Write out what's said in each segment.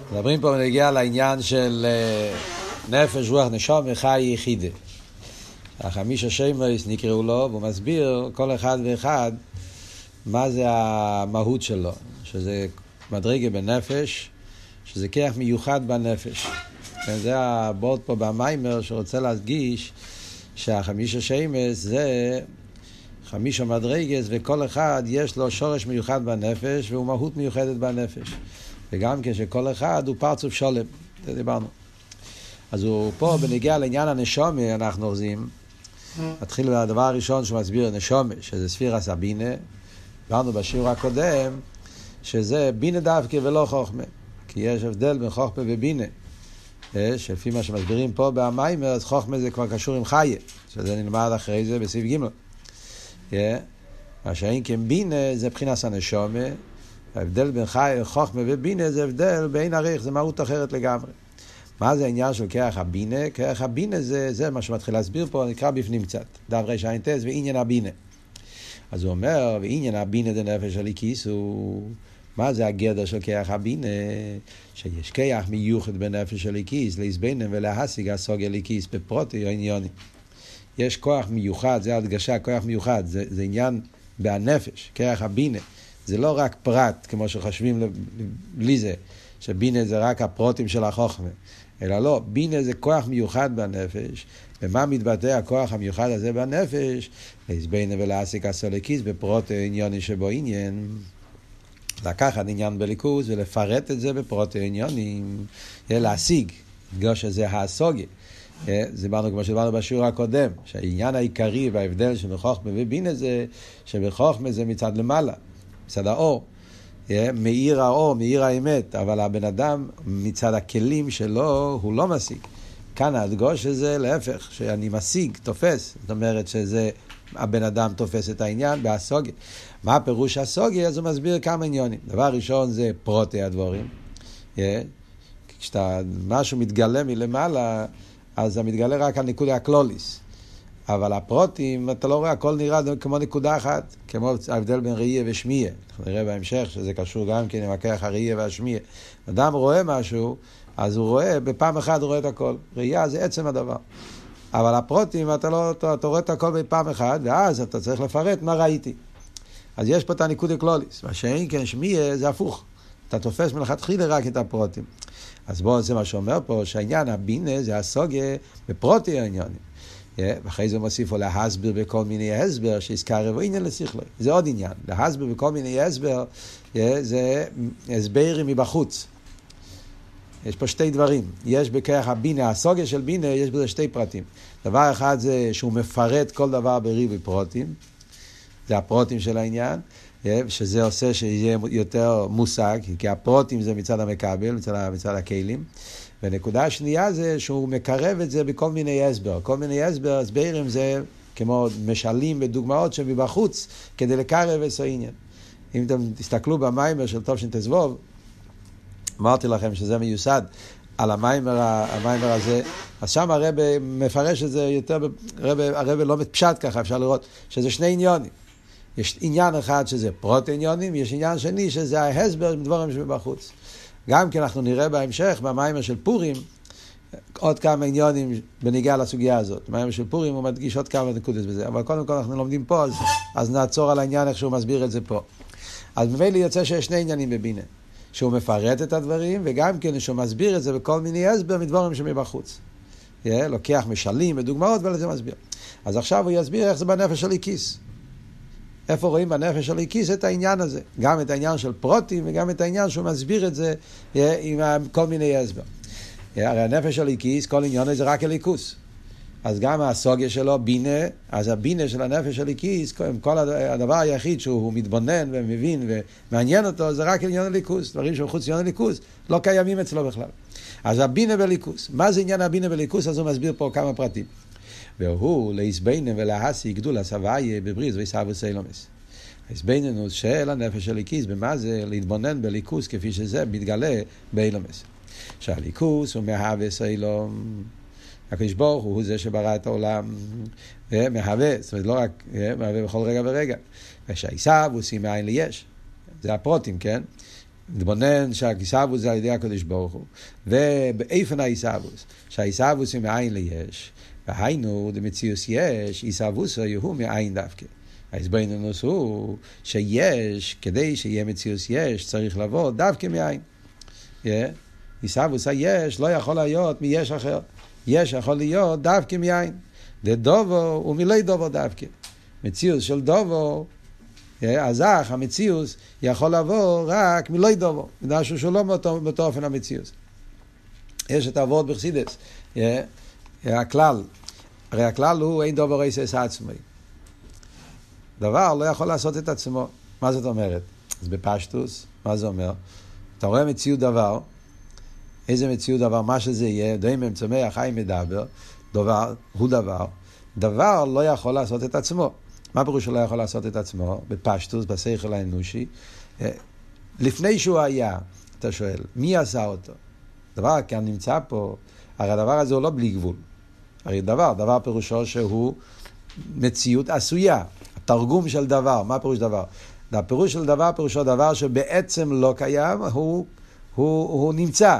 מדברים פה ונגיע לעניין של נפש, רוח, נשום וחי יחידה. החמישה שמות נקראו לו, והוא מסביר כל אחד ואחד מה זה המהות שלו, שזה מדרגה בנפש, שזה כיח מיוחד בנפש. זה הבורד פה במיימר שרוצה להדגיש שהחמישה שמות זה חמישה מדרגס, וכל אחד יש לו שורש מיוחד בנפש והוא מהות מיוחדת בנפש, וגם כשכל אחד הוא פרצוף שולם. זה דיברנו. אז הוא פה בנגיע לעניין הנשומה אנחנו אוחזים. נתחיל מהדבר הראשון שהוא מסביר נשומה, שזה ספירס הבינה. דיברנו בשיעור הקודם שזה בינה דווקא ולא חוכמה, כי יש הבדל בין חוכמה ובינה. שלפי מה שמסבירים פה במיימר, אז חוכמה זה כבר קשור עם חיה, שזה נלמד אחרי זה בסעיף ג'. מה שאין כן בינה זה מבחינת הנשומה. ההבדל בין חוכמה ובינה זה הבדל בין עריך, זה מהות אחרת לגמרי. מה זה העניין של כרך הבינה? כרך הבינה זה מה שמתחיל להסביר פה, נקרא בפנים קצת. דף רש עין תס ועניין הבינה. אז הוא אומר, ועניין הבינה זה נפש הליקיס, מה זה הגדר של כרך הבינה? שיש כרך מיוחד בנפש הליקיס, להסבינם ולהשיג הסוג הליקיס בפרוטי או עניוני. יש כוח מיוחד, זה הדגשה, כוח מיוחד, זה עניין בנפש, כרך הבינה. זה לא רק פרט, כמו שחושבים לי זה, שבינה זה רק הפרוטים של החוכמה, אלא לא, בינה זה כוח מיוחד בנפש. ומה מתבטא הכוח המיוחד הזה בנפש? להסבינם ולהשיג הסולקיס בפרוט עניוני שבו עניין. לקחת עניין בליכוז ולפרט את זה בפרוט עניונים, להשיג, בגלל שזה הסוגיה. זה באנו כמו שדיברנו בשיעור הקודם, שהעניין העיקרי וההבדל של חוכמה ובינה זה שבחוכמה זה מצד למעלה, מצד האור, מאיר האור, מאיר האמת, אבל הבן אדם מצד הכלים שלו הוא לא משיג. כאן ההדגוש הזה להפך, שאני משיג, תופס, זאת אומרת שזה הבן אדם תופס את העניין בהסוגיה. מה פירוש הסוגיה? אז הוא מסביר כמה עניונים. דבר ראשון זה פרוטי הדבורים. כשאתה משהו מתגלה מלמעלה, אז זה מתגלה רק על נקודה הקלוליס. אבל הפרוטים, אתה לא רואה, הכל נראה כמו נקודה אחת, כמו ההבדל בין ראייה ושמייה. אנחנו נראה בהמשך שזה קשור גם כן עם הכרך הראייה והשמייה. אדם רואה משהו, אז הוא רואה, בפעם אחת הוא רואה את הכל. ראייה זה עצם הדבר. אבל הפרוטים, אתה רואה את הכל בפעם אחת, ואז אתה צריך לפרט מה ראיתי. אז יש פה את הנקודה קלוליס. מה שאין כן שמייה זה הפוך. אתה תופס מלכתחילה רק את הפרוטים. אז בואו, זה מה שאומר פה, שהעניין הבינה זה הסוגיה בפרוטי העניינים. ואחרי זה מוסיפו להסביר בכל מיני הסבר שהזכר רבו עניין לשכלו. זה עוד עניין. להסביר בכל מיני הסבר זה הסברים מבחוץ. יש פה שתי דברים. יש בכרך הבינה, הסוגיה של בינה, יש בזה שתי פרטים. דבר אחד זה שהוא מפרט כל דבר בריבוי פרוטים. זה הפרוטים של העניין. שזה עושה שיהיה יותר מושג, כי הפרוטים זה מצד המקבל, מצד הכלים. ונקודה השנייה זה שהוא מקרב את זה בכל מיני הסבר. כל מיני הסברים זה כמו משלים ודוגמאות שמבחוץ, כדי לקרב את העניין. אם אתם תסתכלו במיימר של טוב שתזבוב, אמרתי לכם שזה מיוסד על המיימר הזה, אז שם הרב מפרש את זה יותר, הרב לא מתפשט ככה, אפשר לראות שזה שני עניונים. יש עניין אחד שזה פרוט עניונים, יש עניין שני שזה ההסבר מדברים שבחוץ. גם כי אנחנו נראה בהמשך, במיימר של פורים, עוד כמה עניונים בניגע לסוגיה הזאת. במיימר של פורים הוא מדגיש עוד כמה נקודות בזה, אבל קודם כל אנחנו לומדים פה, אז נעצור על העניין איך שהוא מסביר את זה פה. אז ממילא יוצא שיש שני עניינים בבינה, שהוא מפרט את הדברים, וגם כן שהוא מסביר את זה בכל מיני הסבר מדברים שמבחוץ. לוקח משלים ודוגמאות ולזה מסביר. אז עכשיו הוא יסביר איך זה בנפש של הכיס. איפה רואים בנפש של הכיס את העניין הזה? גם את העניין של פרוטים וגם את העניין שהוא מסביר את זה עם כל מיני הסבר. הרי הנפש של הכיס, כל עניין זה רק הליכוס. אז גם הסוגיה שלו, בינה, אז הבינה של הנפש של הכיס, כל הדבר היחיד שהוא מתבונן ומבין ומעניין אותו, זה רק עניין הליכוס. דברים שחוץ עניין הליכוס לא קיימים אצלו בכלל. אז הבינה בליכוס. מה זה עניין הבינה בליכוס? אז הוא מסביר פה כמה פרטים. והוא להסבינם ולהשיג גדול הסבייה בבריז ויסבו סיילומס. ההסביננות של הנפש של ליכוס, במה זה להתבונן בליכוס כפי שזה מתגלה באילומס. שהליכוס הוא מהווה סיילום. הקדוש ברוך הוא זה שברא את העולם ומהווה, זאת אומרת לא רק מהווה בכל רגע ורגע. ושהעיסב הוא שים מעין ליש. זה הפרוטים, כן? מתבונן שהעיסאוווס זה על ידי הקדוש ברוך הוא, ובאיפן העיסאוווס, שהעיסאוווס הוא מאין ליש, והיינו דמציאוס יש, עיסאוווס הוא מאין דווקא. ההסברינוס הוא שיש, כדי שיהיה מציאוס יש, צריך לבוא דווקא מאין. עיסאוווס היש לא יכול להיות מיש אחר. יש יכול להיות דווקא מאין. דדובו הוא מילוי דובו דווקא. מציאוס של דובו, הזך, המציאוס, יכול לבוא רק מילוי דובו. משהו שהוא לא באותו אופן המציאוס. יש את העבוד בחסידות. הכלל, הרי הכלל הוא אין דובר עשה עצמי. דבר לא יכול לעשות את עצמו. מה זאת אומרת? אז בפשטוס, מה זה אומר? אתה רואה מציאות דבר, איזה מציאות דבר, מה שזה יהיה, דומה צומח, חי מדבר, דבר הוא דבר. דבר לא יכול לעשות את עצמו. מה פירוש שלא יכול לעשות את עצמו? בפשטוס, בשכל האנושי. לפני שהוא היה, אתה שואל, מי עשה אותו? דבר כאן נמצא פה, הרי הדבר הזה הוא לא בלי גבול. הרי דבר פירושו שהוא מציאות עשויה. תרגום של דבר, מה פירוש דבר? הפירוש של דבר פירושו דבר שבעצם לא קיים, הוא נמצא.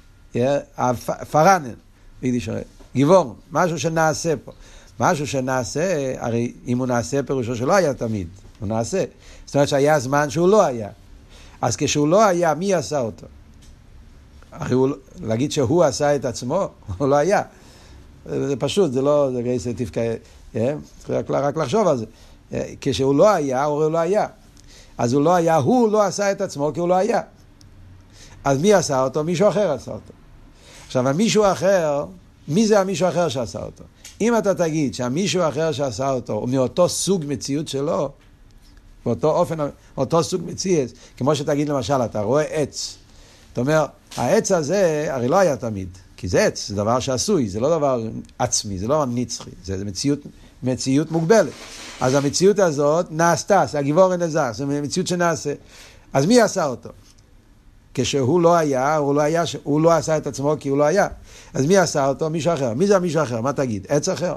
פרנן, גיבור, משהו שנעשה פה. משהו שנעשה, הרי אם הוא נעשה פירושו שלא היה תמיד, הוא נעשה. זאת אומרת שהיה זמן שהוא לא היה. אז כשהוא לא היה, מי עשה אותו? הרי להגיד שהוא עשה את עצמו, הוא לא היה. זה פשוט, זה לא, זה גייס תפקה, רק לחשוב על זה. כשהוא לא היה, הוא לא היה. אז הוא לא היה, הוא לא עשה את עצמו כי הוא לא היה. אז מי עשה אותו? מישהו אחר עשה אותו. עכשיו, המישהו אחר, מי זה המישהו אחר שעשה אותו? אם אתה תגיד שהמישהו אחר שעשה אותו הוא מאותו סוג מציאות שלו, באותו אופן, אותו סוג מציאות, כמו שתגיד למשל, אתה רואה עץ. אתה אומר, העץ הזה הרי לא היה תמיד, כי זה עץ, זה דבר שעשוי, זה לא דבר עצמי, זה לא נצחי, זה מציאות מוגבלת. אז המציאות הזאת נעשתה, זה הגיבור הנזר, זה מציאות שנעשה. אז מי עשה אותו? כשהוא לא היה, הוא לא עשה את עצמו כי הוא לא היה. אז מי עשה אותו? מישהו אחר. מי זה המישהו אחר? מה תגיד? עץ אחר.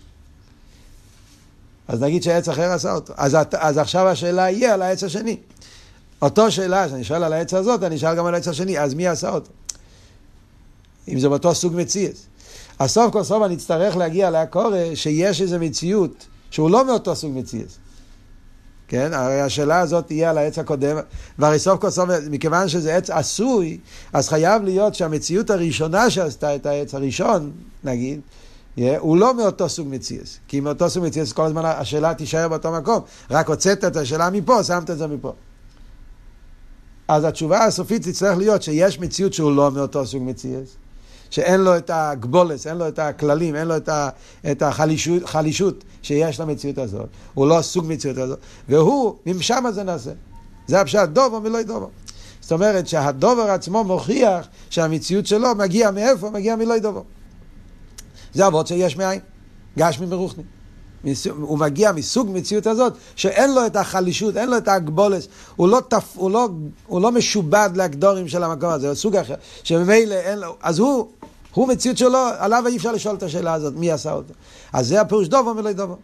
אז נגיד שעץ אחר עשה אותו. אז עכשיו השאלה יהיה על העץ השני. אותו שאלה שאני שואל על העץ הזאת, אני שואל גם על העץ השני. אז מי עשה אותו? אם זה באותו סוג מציאות. אז סוף כל סוף אני אצטרך להגיע להקורא שיש איזו מציאות שהוא לא מאותו סוג מציאות. כן? הרי השאלה הזאת תהיה על העץ הקודם, והרי סוף כל סוף, מכיוון שזה עץ עשוי, אז חייב להיות שהמציאות הראשונה שעשתה את העץ הראשון, נגיד, הוא לא מאותו סוג מציאות. כי מאותו סוג מציאות כל הזמן השאלה תישאר באותו מקום. רק הוצאת את השאלה מפה, שמת את זה מפה. אז התשובה הסופית תצטרך להיות שיש מציאות שהוא לא מאותו סוג מציאות. שאין לו את הגבולס, אין לו את הכללים, אין לו את החלישות שיש למציאות הזאת. הוא לא סוג מציאות הזאת. והוא, משם זה נעשה. זה הפשט, דובר מלוי דובר. זאת אומרת שהדובר עצמו מוכיח שהמציאות שלו מגיע מאיפה? מגיע מלוי דובר. זה עבוד שיש מאין. גשמי מרוחני. הוא מגיע מסוג מציאות הזאת שאין לו את החלישות, אין לו את הגבולס. הוא לא משובד להגדורים של המקום הזה. הוא סוג אחר. שממילא אין לו. אז הוא מציאות שלו, עליו אי אפשר לשאול את השאלה הזאת, מי עשה אותו. אז זה הפירוש דובר מלוי דובר.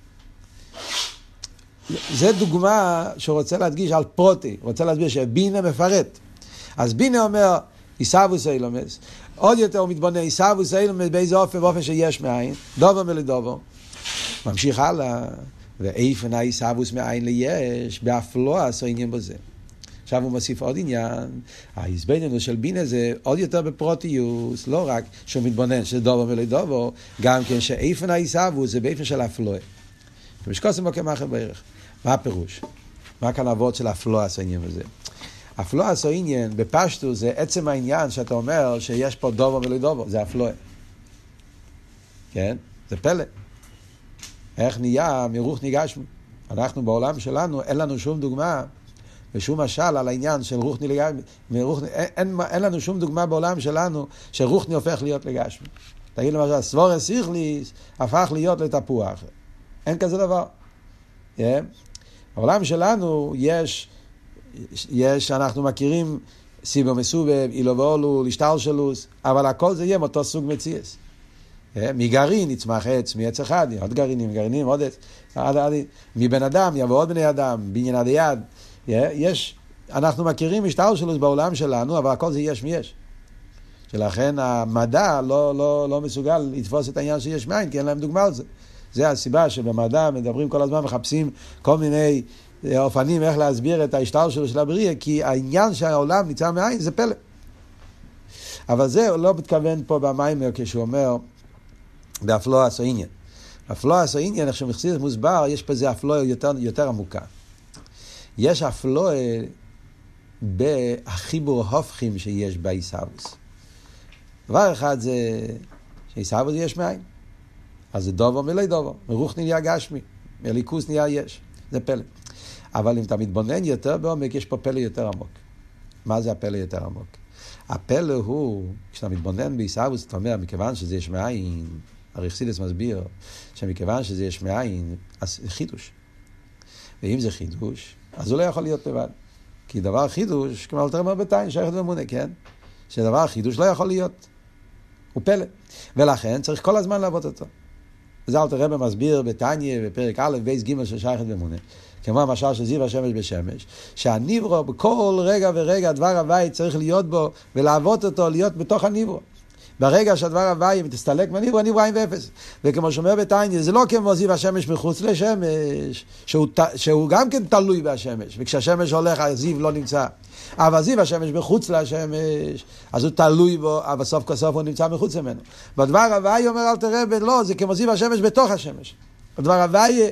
זה דוגמה שרוצה להדגיש על פרוטי, רוצה להסביר שבינה מפרט. אז בינה אומר, עיסאוווס אילומס, עוד יותר הוא מתבונן, עיסאוווס אילומס באיזה אופן, באופן שיש מאין, דובר מלוי דובר. ממשיך הלאה, ואיפן העיסאוווס מאין ליש, באף לא עשו עניין בזה. עכשיו הוא מוסיף עוד עניין, ההסברינוס של בינה זה עוד יותר בפרוטיוס, לא רק שהוא מתבונן שזה דובר מלוי דובר, גם כן שאיפן העיסאוווס זה באיפן של אפלואה. ומשקוסם בו כמחר בערך. מה הפירוש? מה כאן העבוד של אפלואה עשו עניין בזה? אפלואה עשו עניין בפשטוס זה עצם העניין שאתה אומר שיש פה דובר מלוי דובר, זה אפלואה. כן? זה פלא. איך נהיה מרוחני גשמי? אנחנו בעולם שלנו אין לנו שום דוגמה ושום משל על העניין של רוחני לגשמי. אין לנו שום דוגמה בעולם שלנו שרוחני הופך להיות לגשמי. תגיד למשל, סבורס סיכליס הפך להיות לתפוח. אין כזה דבר. בעולם שלנו יש אנחנו מכירים סיבו מסובב, אילו ואולו, לשטל שלוס, אבל הכל זה יהיה מאותו סוג מציאס. מגרעין יצמח עץ, מעץ אחד, עוד גרעינים, עוד עץ. מבן אדם יבוא עוד בני אדם, בניין עד יד. יש אנחנו מכירים משטר שלו בעולם שלנו, אבל הכל זה יש מיש. שלכן המדע לא מסוגל לתפוס את העניין שיש מאין, כי אין להם דוגמה על זה. זה הסיבה שבמדע מדברים כל הזמן, מחפשים כל מיני אופנים איך להסביר את ההשטר שלו של הבריאה, כי העניין שהעולם ניצא מאין זה פלא. אבל זה לא מתכוון פה במיימר כשהוא אומר באפלואה עשו עניין. אפלואה עשו עניין, איך שמחסידות מוסבר, יש פה זה אפלואה יותר עמוקה. יש אפלואה בחיבור הופכים שיש בעיסאוויס. דבר אחד זה שעיסאוויס יש מאין. אז זה דובר מלא דובר. מרוח נהיה גשמי, מליכוס נהיה יש. זה פלא. אבל אם אתה מתבונן יותר בעומק, יש פה פלא יותר עמוק. מה זה הפלא יותר עמוק? הפלא הוא, כשאתה מתבונן בעיסאוויס, אתה אומר, מכיוון שזה יש מאין, הרי חסידות מסביר, שמכיוון שזה יש מאין, אז זה חידוש. ואם זה חידוש, אז הוא לא יכול להיות לבד. כי דבר חידוש, כמו אלתר רבי בינתיים, שייכת ומונה, כן? שדבר חידוש לא יכול להיות. הוא פלא. ולכן צריך כל הזמן לעבוד אותו. וזה אלתר רבי מסביר בתניא, בפרק א', בייס ג' של שייכת ומונה. כמו המשל של זיו השמש בשמש, שהניברו בכל רגע ורגע דבר הוואי צריך להיות בו, ולעבוד אותו, להיות בתוך הניברו. ברגע שהדבר הוואי מתסתלק מהניברו, הניברו עין ואפס. וכמו שאומר בתניא, זה לא כמו זיו השמש מחוץ לשמש, שהוא גם כן תלוי בהשמש, וכשהשמש הולך, הזיו לא נמצא. אבל זיו השמש מחוץ לשמש, אז הוא תלוי בו, אבל סוף כסוף הוא נמצא מחוץ ממנו. בדבר הוואי אומר אלתר רבי, לא, זה כמו זיו השמש בתוך השמש. בדבר הוואי,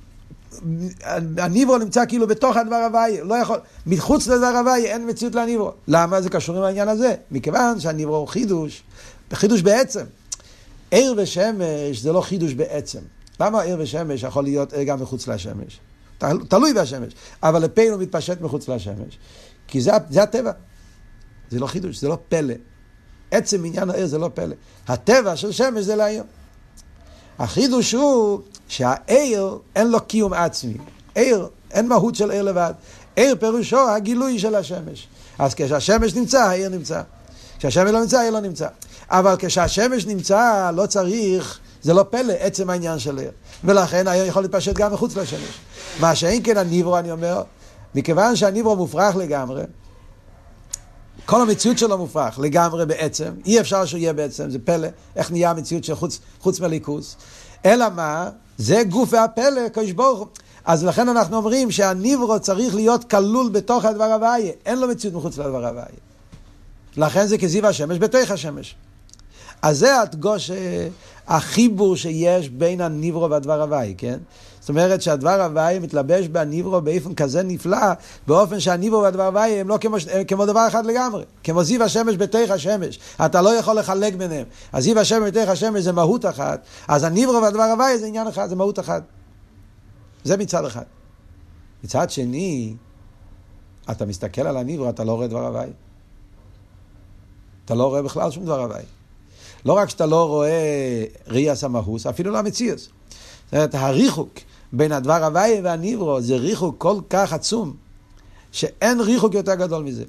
הניברו נמצא כאילו בתוך הדבר הוואי, לא יכול, מחוץ לדבר הוואי אין מציאות לניברו. למה? זה קשור עם העניין הזה. מכיוון שהניברו הוא חידוש בעצם. עיר ושמש זה לא חידוש בעצם. למה עיר ושמש יכול להיות גם מחוץ לשמש? תלוי בשמש. אבל לפעמים הוא מתפשט מחוץ לשמש. כי זה הטבע. זה לא חידוש, זה לא פלא. עצם עניין העיר זה לא פלא. הטבע של שמש זה לעיר. החידוש הוא שהעיר אין לו קיום עצמי. עיר, אין מהות של עיר לבד. עיר פירושו הגילוי של השמש. אז כשהשמש נמצא, העיר נמצא. כשהשמש לא נמצא, העיר לא נמצא. אבל כשהשמש נמצא, לא צריך, זה לא פלא, עצם העניין של עיר. ולכן העיר יכול להתפשט גם מחוץ לשמש. מה שאין כן הניברו, אני אומר, מכיוון שהניברו מופרך לגמרי, כל המציאות שלו מופרך לגמרי בעצם, אי אפשר שהוא יהיה בעצם, זה פלא, איך נהיה המציאות של חוץ מליכוס. אלא מה? זה גוף והפלא, קדוש ברוך הוא. אז לכן אנחנו אומרים שהניברו צריך להיות כלול בתוך הדבר הוואי, אין לו מציאות מחוץ לדבר הוואי. לכן זה כזיו השמש בתוך השמש. אז זה הדגוש, החיבור שיש בין הניברו והדבר הוואי, כן? זאת אומרת שהדבר הוואי מתלבש בניברו באופן כזה נפלא, באופן שהניברו והדבר הוואי הם לא כמו דבר אחד לגמרי. כמו זיו השמש בתוך השמש. אתה לא יכול לחלק ביניהם. אז זיו השמש בתוך השמש זה מהות אחת. אז הניברו והדבר הוואי זה עניין אחד, זה מהות אחת. זה מצד אחד. מצד שני, אתה מסתכל על הניברו, אתה לא רואה דבר הוואי. אתה לא רואה בכלל שום דבר הוואי. לא רק שאתה לא רואה ריאס המהוס, אפילו לא המציאוס. זאת אומרת, הריחוק בין הדבר הוואי והניברו זה ריחוק כל כך עצום, שאין ריחוק יותר גדול מזה.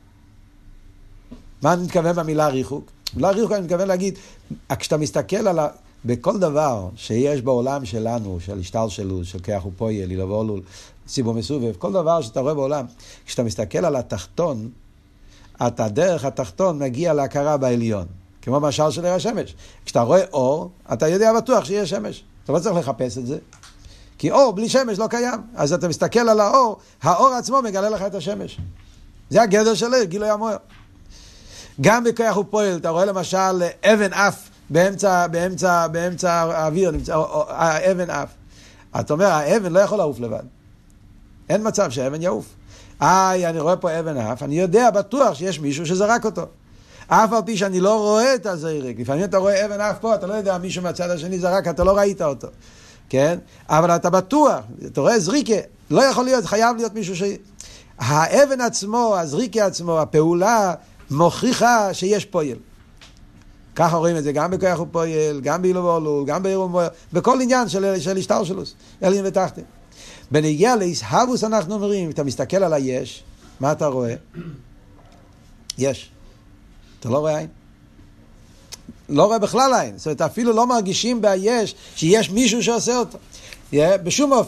מה אני מתכוון במילה ריחוק? במילה ריחוק אני מתכוון להגיד, כשאתה מסתכל על בכל דבר שיש בעולם שלנו, של השתלשלות, של כוח ופועל, אילוב ואולול, סיבוב מסובב, כל דבר שאתה רואה בעולם, כשאתה מסתכל על התחתון, אתה דרך התחתון מגיע להכרה בעליון. כמו משל של עיר השמש. כשאתה רואה אור, אתה יודע בטוח שיש שמש. אתה לא צריך לחפש את זה. כי אור בלי שמש לא קיים. אז אתה מסתכל על האור, האור עצמו מגלה לך את השמש. זה הגדר של עיר, גילוי המוער. גם בכוח ופועל, אתה רואה למשל אבן אף באמצע האוויר, אבן אף. אתה אומר, האבן לא יכול לעוף לבד. אין מצב שהאבן יעוף. אני רואה פה אבן אף, אני יודע בטוח שיש מישהו שזרק אותו. אף על פי שאני לא רואה את הזרק. לפעמים אתה רואה אבן אף פה, אתה לא יודע מישהו מהצד השני זרק, אתה לא ראית אותו. כן? אבל אתה בטוח, אתה רואה זריקה, לא יכול להיות, חייב להיות מישהו האבן עצמו, הזריקה עצמו, הפעולה, מוכיחה שיש פועל. ככה רואים את זה גם בכוח ופועל, גם באילוב ואולול, גם בעיר ומוער, בכל עניין של השתלשלות, עליין ותחתין. בנגיעה להסהבוס אנחנו אומרים, אתה מסתכל על היש, מה אתה רואה? יש. אתה לא רואה עין. לא רואה בכלל עין. זאת אומרת, אפילו לא מרגישים ביש שיש מישהו שעושה אותו. בשום אופן.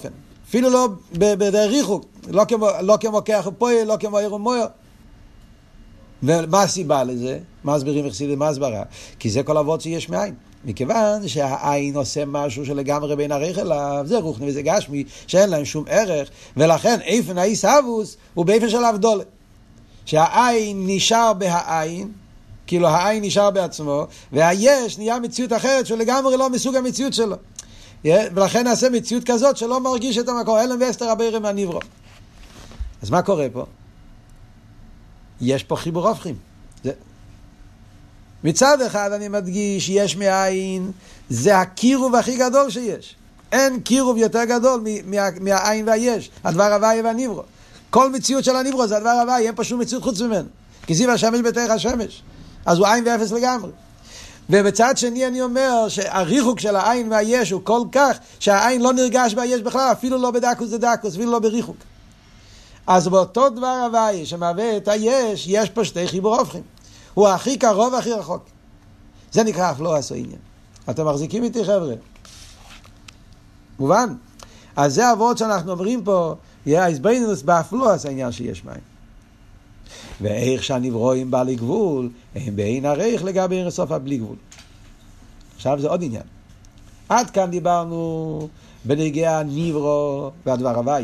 אפילו לא בדרך ריחוק, לא כמו כח ופועל, לא כמו עיר ומויר. ומה הסיבה לזה? מה הסברים וחסידים, מה הסברה? כי זה כל אבות שיש מאין. מכיוון שהעין עושה משהו שלגמרי בין ערך אליו, זה רוחני וזה גשמי, שאין להם שום ערך, ולכן איפן האיסהבוס הוא באיפן של הבדולה. שהעין נשאר בהעין, כאילו העין נשאר בעצמו, והיש נהיה מציאות אחרת שלגמרי לא מסוג המציאות שלו. ולכן נעשה מציאות כזאת שלא מרגיש את המקור, אלם ואסתר הבירם מהנברו. אז מה קורה פה? יש פה חיבור הופכים. מצד אחד אני מדגיש, יש מאין, זה הקירוב הכי גדול שיש. אין קירוב יותר גדול מהעין והיש, הדבר הוואי והנברו. כל מציאות של הנברו זה הדבר הוואי, אין פה שום מציאות חוץ ממנו. כי זיו השמש בתוך השמש. אז הוא עין ואפס לגמרי. ובצד שני אני אומר שהריחוק של העין והיש הוא כל כך שהעין לא נרגש ביש בכלל, אפילו לא בדקוס דקוס, אפילו לא בריחוק. אז באותו דבר הוואי שמהווה את היש, יש פה שתי חיבור הופכים. הוא הכי קרוב והכי רחוק. זה נקרא אף לא עשו עניין. אתם מחזיקים איתי חבר'ה? מובן? אז זה העבוד שאנחנו אומרים פה, ההסבינוס באף לא עשו עניין שיש מים. ואיך שהנברואים בעלי גבול, הם בעין הרייך לגבי אין סוף בלי גבול. עכשיו זה עוד עניין. עד כאן דיברנו בנגיע הנברו והדבר הוואי.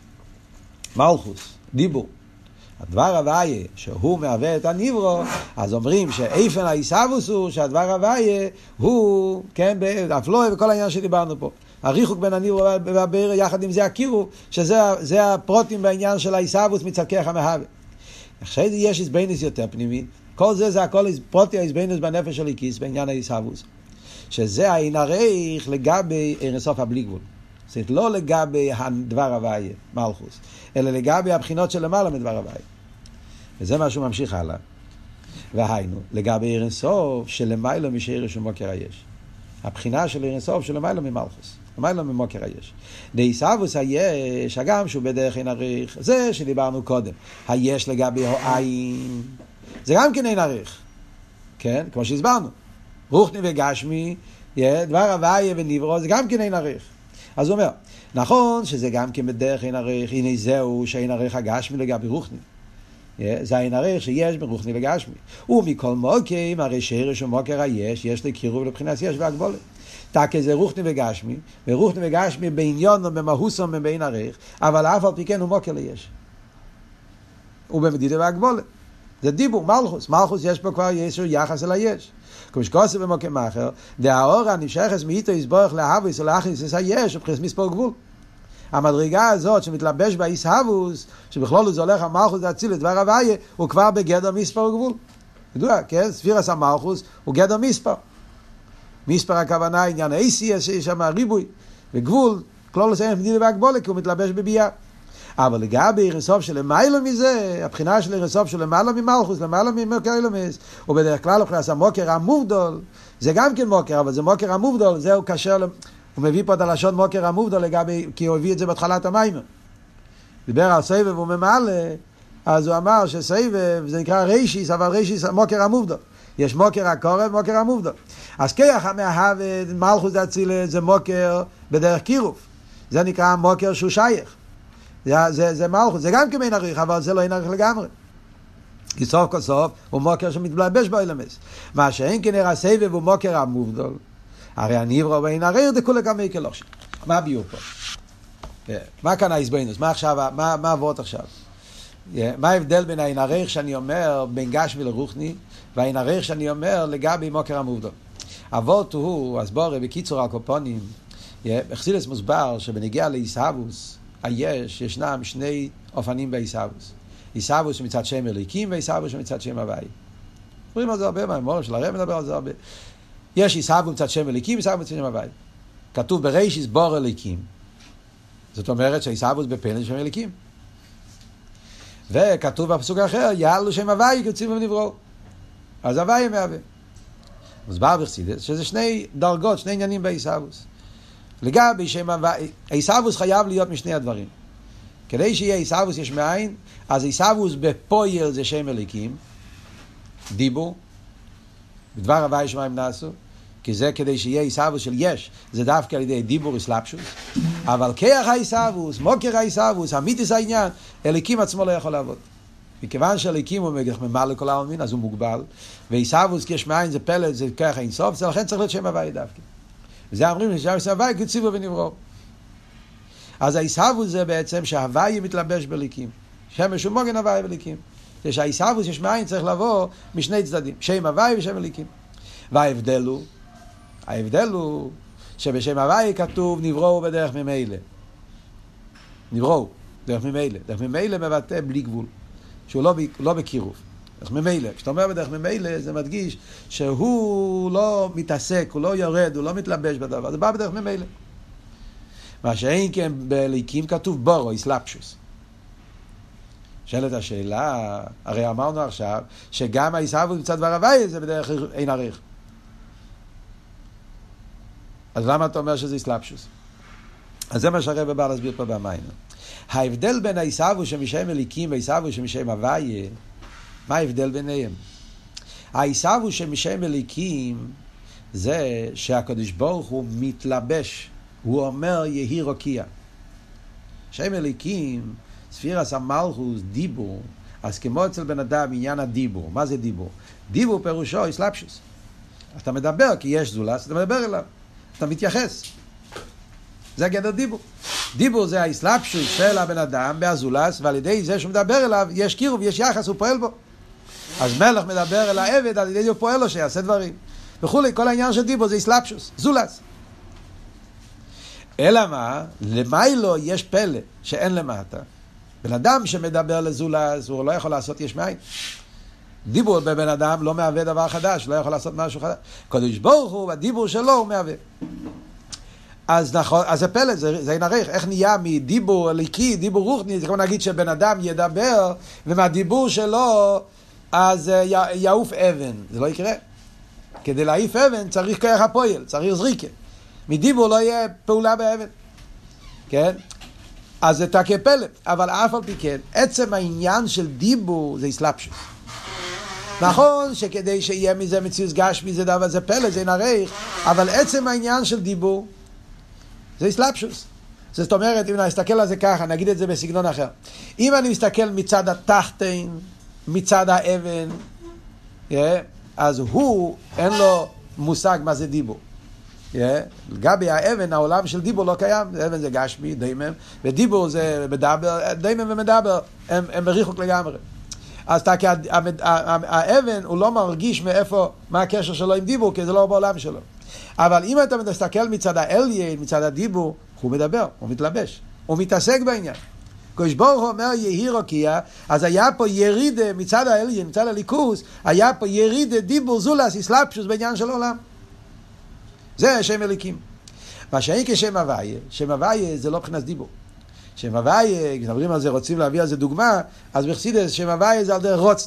מלכוס, דיבור. הדבר הוואי שהוא מהווה את הנברו, אז אומרים שאיפן האיסהבוס הוא שהדבר הוואי הוא, כן, באפלוי וכל העניין שדיברנו פה. הריחוק בין הנברו והבאר יחד עם זה הקירו, שזה הפרוטים בעניין של האיסהבוס מצלקח המהווה. עכשיו יש איסבנוס יותר פנימי, כל זה הכל פרוטי האיסבנוס בנפש של איקיס בעניין האיסהבוס. שזה העין הרייך לגבי אין סוף הבלי גבול. זאת אומרת, לא לגבי הדבר הוואי, מלכוס, אלא לגבי הבחינות של למעלה מדבר הוואי. וזה מה שהוא ממשיך הלאה. והיינו, לגבי אין סוף שלמעלה משאיר שמוקר היש. הבחינה של אין סוף שלמעלה ממלכוס, למעלה ממוקר היש. דאיסהבוס היש, הגם שהוא בדרך אין עריך, זה שדיברנו קודם. היש לגבי העין, זה גם כן אין עריך. כן? כמו שהסברנו. רוחני וגשמי, דבר הוואי ונברו, זה גם כן אין עריך. אז הוא אומר, נכון שזה גם כן בדרך אין עריך, הנה זהו שאין עריך הגשמי לגבי רוחני. זה אין עריך שיש בין רוחני וגשמי. ומכל מוקים, הרי שרש ומוקר היש, יש לקירוב לבחינת יש והגבולת. תקה זה רוחני וגשמי, ורוחני וגשמי בעניון ובמהוסם ובאין עריך, אבל אף על פי כן הוא מוקר ליש. ובמדידה והגבולת. זה דיבור, מלכוס. מלכוס יש פה כבר יסר יחס אל היש. כמו שכוסף במוקם אחר, והאור הנמשכס מאיתו יסבורך להבוס ולאחיס יש היש, ובחס מספור גבול. המדרגה הזאת שמתלבש באיסהבוס, שבכלול זה הולך המלכוס להציל את דבר הוויה, הוא כבר בגדר מספר גבול. ידוע, כן? ספירס המלכוס הוא גדר מספר. מספר הכוונה עניין האיסי, יש שם ריבוי, וגבול, כלול לסיים מדינה והגבולה, כי הוא מתלבש בבייה. אבל לגבי רסוף של למעלה מזה, הבחינה של רסוף של למעלה ממלכוס, למעלה ממוקר אילומס, ובדרך כלל הוא נכנס המוקר המובדול, זה גם כן מוקר, אבל זה מוקר המובדול, זהו קשר, הוא מביא פה את הלשון מוקר המובדול לגבי, כי הוא הביא את זה בהתחלת המים. דיבר על סבב וממעלה, אז הוא אמר שסבב זה נקרא רישיס, אבל רישיס מוקר המובדול. יש מוקר הקורב, מוקר המובדול. אז כיח המאהבת, מלכוס דאצילה, זה מוקר בדרך קירוב. זה נקרא מוקר שהוא שייך. זה מלכות, זה גם כמין עריך, אבל זה לא אין עריך לגמרי. כי סוף כל סוף הוא מוקר שמתלבש באילומס. מה שאין כנראה הסבב הוא מוקר המובדול. הרי הנברו ואין עריך דכולה כמי כלושים. מה הביאו פה? מה כאן ההסבינוס? מה עכשיו? מה עבוד עכשיו? מה ההבדל בין העין עריך שאני אומר בין גשמי לרוחני, והעין עריך שאני אומר לגבי מוקר המובדול? עבוד הוא, אז בואו בקיצור הקופונים, בחסידות מוסבר שבנגיע לאיסהבוס, ישנם שני אופנים באיסהבוס. איסהבוס מצד שם אליקים ואיסהבוס מצד שם הוואי. אומרים על זה הרבה, מהמורה של הרב מדבר על זה הרבה. יש איסהבוס מצד שם אליקים, איסהבוס מצד שם הוואי. כתוב בראשיס בור אליקים. זאת אומרת שהאיסהבוס בפן שם אליקים. וכתוב בפסוק אחר, יעלו שם הוואי כיוצאים ונבראו. אז הוואי מהווה. מוסבר בחסידות שזה שני דרגות, שני עניינים באיסהבוס. לגבי שם הוואי, איסהבוס חייב להיות משני הדברים. כדי שיהיה איסהבוס יש מאין, אז איסהבוס בפויל זה שם אליקים, דיבור, בדבר הוואי שמיים נעשו, כי זה כדי שיהיה עיסאוווס של יש, זה דווקא על ידי דיבור אסלאפשוס, אבל כיח העיסאוווס, מוקר העיסאוווס, אמיתיס העניין, אליקים עצמו לא יכול לעבוד. מכיוון שאליקים הוא ממלא לכל העולמין, אז הוא מוגבל, ועיסאוווס יש מאין זה פלט, זה כיח האינסוף, זה לכן צריך להיות שם הוואי דווקא. וזה אומרים ששם הוואי כציבו ונברוא. אז העיסאוווס זה בעצם שהוואי מתלבש בליקים. שמש ומוגן הוואי בליקים. זה שהעיסאוווס יש מאין צריך לבוא משני צדדים, שם הוואי ושם הליקים. ההבדל הוא שבשם הוואי כתוב נבראו בדרך ממילא. נבראו דרך ממילא. דרך ממילא מבטא בלי גבול, שהוא לא בקירוב. דרך ממילא. כשאתה אומר בדרך ממילא זה מדגיש שהוא לא מתעסק, הוא לא יורד, הוא לא מתלבש בדבר. זה בא בדרך ממילא. מה שאין כן בליקים כתוב בורו, איסלאפשוס. שאלת השאלה, הרי אמרנו עכשיו שגם העיסאוווס מצד דבר הוואי זה בדרך אין עריך. אז למה אתה אומר שזה איסלאפשוס? אז זה מה שהרב בא להסביר פה במים. ההבדל בין העיסאוווס שמשם אליקים והעיסאוווס שמשם הוואי, מה ההבדל ביניהם? העיסאוווס שמשם אליקים זה שהקדוש ברוך הוא מתלבש, הוא אומר יהי רוקיע. שם אליקים, ספירס המלכוס, דיבור, אז כמו אצל בן אדם עניין הדיבור. מה זה דיבור? דיבור פירושו איסלאפשוס. אתה מדבר כי יש זולס, אתה מדבר אליו, אתה מתייחס. זה גדר דיבור. דיבור זה האיסלאפשוס של הבן אדם בהזולס, ועל ידי זה שהוא מדבר אליו יש קירוב, יש יחס, הוא פועל בו. אז מלך מדבר אל העבד, על ידי זה הוא פועל לו שיעשה דברים וכולי. כל העניין של דיבור זה איסלאפשוס, זולס. אלא מה? למיילו יש פלא שאין למטה. בן אדם שמדבר לזולס הוא לא יכול לעשות יש מאין. דיבור בבן אדם לא מהווה דבר חדש, לא יכול לעשות משהו חדש. קדוש ברוך הוא, הדיבור שלו הוא מהווה. אז נכון, אז זה פלא, זה נערך. איך נהיה מדיבור אליקי, דיבור רוחני, זה כמו נגיד שבן אדם ידבר, ומהדיבור שלו אז יעוף אבן. זה לא יקרה. כדי להעיף אבן צריך כוח הפועל, צריך זריקה. מדיבור לא יהיה פעולה באבן. כן? אז זה תקה פלא. אבל אף על פי כן, עצם העניין של דיבור זה איסלאפשוס. נכון שכדי שיהיה מזה מציאות גשמי זה דבר, זה פלא, זה נערך, אבל עצם העניין של דיבור זה איסלאפשוס. זאת אומרת, אם נסתכל על זה ככה, נגיד את זה בסגנון אחר. אם אני מסתכל מצד התחתן, מצד האבן, אז הוא, אין לו מושג מה זה דיבור. לגבי האבן, העולם של דיבור לא קיים. אבן זה גשמי, דיימם, ודיבור זה מדבר, דיימם ומדבר, הם בריחוק לגמרי. אז האבן הוא לא מרגיש מאיפה, מה הקשר שלו עם דיבור, כי זה לא בעולם שלו. אבל אם אתה מסתכל מצד האליין, מצד הדיבור, הוא מדבר, הוא מתלבש, הוא מתעסק בעניין. קדוש ברוך הוא אומר יהי רוקיע, אז היה פה ירידה מצד האליין, מצד הליכוס, היה פה ירידה דיבור זולס, איסלאפשוס בעניין של העולם. זה שם אליקים. מה שאין כשם הוויה, שם הוויה זה לא מבחינת דיבור. שם הוויה, כשמדברים על זה, רוצים להביא על זה דוגמה, אז בחסידות שם הוויה זה על דרך רוצן.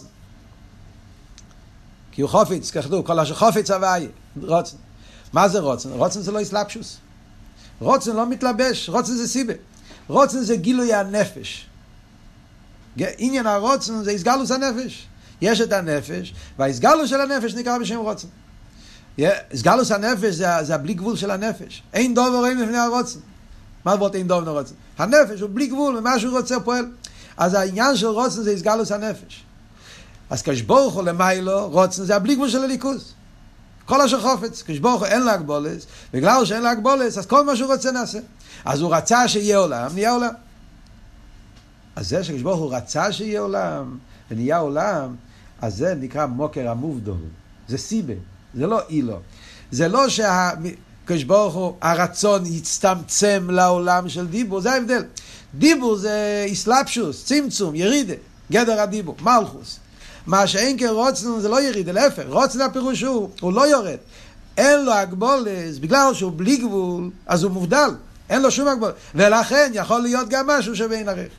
כי הוא חופץ, ככתוב, כל אשר חופץ הוויה, רוצן. מה זה רוצן? רוצן זה לא איסלאפשוס. רוצן לא מתלבש, רוצן זה סיבה. רוצן זה גילוי הנפש. עניין הרוצן זה הסגלוס הנפש. יש את הנפש, וההסגלוס של הנפש נקרא בשם רוצן. הסגלוס הנפש זה הבלי גבול של הנפש. אין דובר אין לפני הרוצן. מה זאת אין דובר רוצן? הנפש הוא בלי גבול, ומה שהוא רוצה פועל. אז העניין של רוצן זה הסגלוס הנפש. אז כשברוך הוא למיילו, רוצן זה הבלי גבול של הליכוז. כל אשר חופץ, כשברוך הוא אין לה הגבולס, בגלל שאין לה הגבולס, אז כל מה שהוא רוצה נעשה. אז הוא רצה שיהיה עולם, נהיה עולם. אז זה שכשברוך הוא רצה שיהיה עולם, ונהיה עולם, אז זה נקרא מוקר המובדל. זה סיבה, זה לא אילו. זה לא שכשברוך הוא הרצון יצטמצם לעולם של דיבור, זה ההבדל. דיבור זה איסלאפשוס, צמצום, ירידה, גדר הדיבור, מלכוס. מה שאין כרוצן זה לא ירידה, להפך, רוצן הפירוש הוא לא יורד. אין לו הגבולס, בגלל שהוא בלי גבול, אז הוא מובדל. אין לו שום הגבול. ולכן יכול להיות גם משהו שבאין עריך.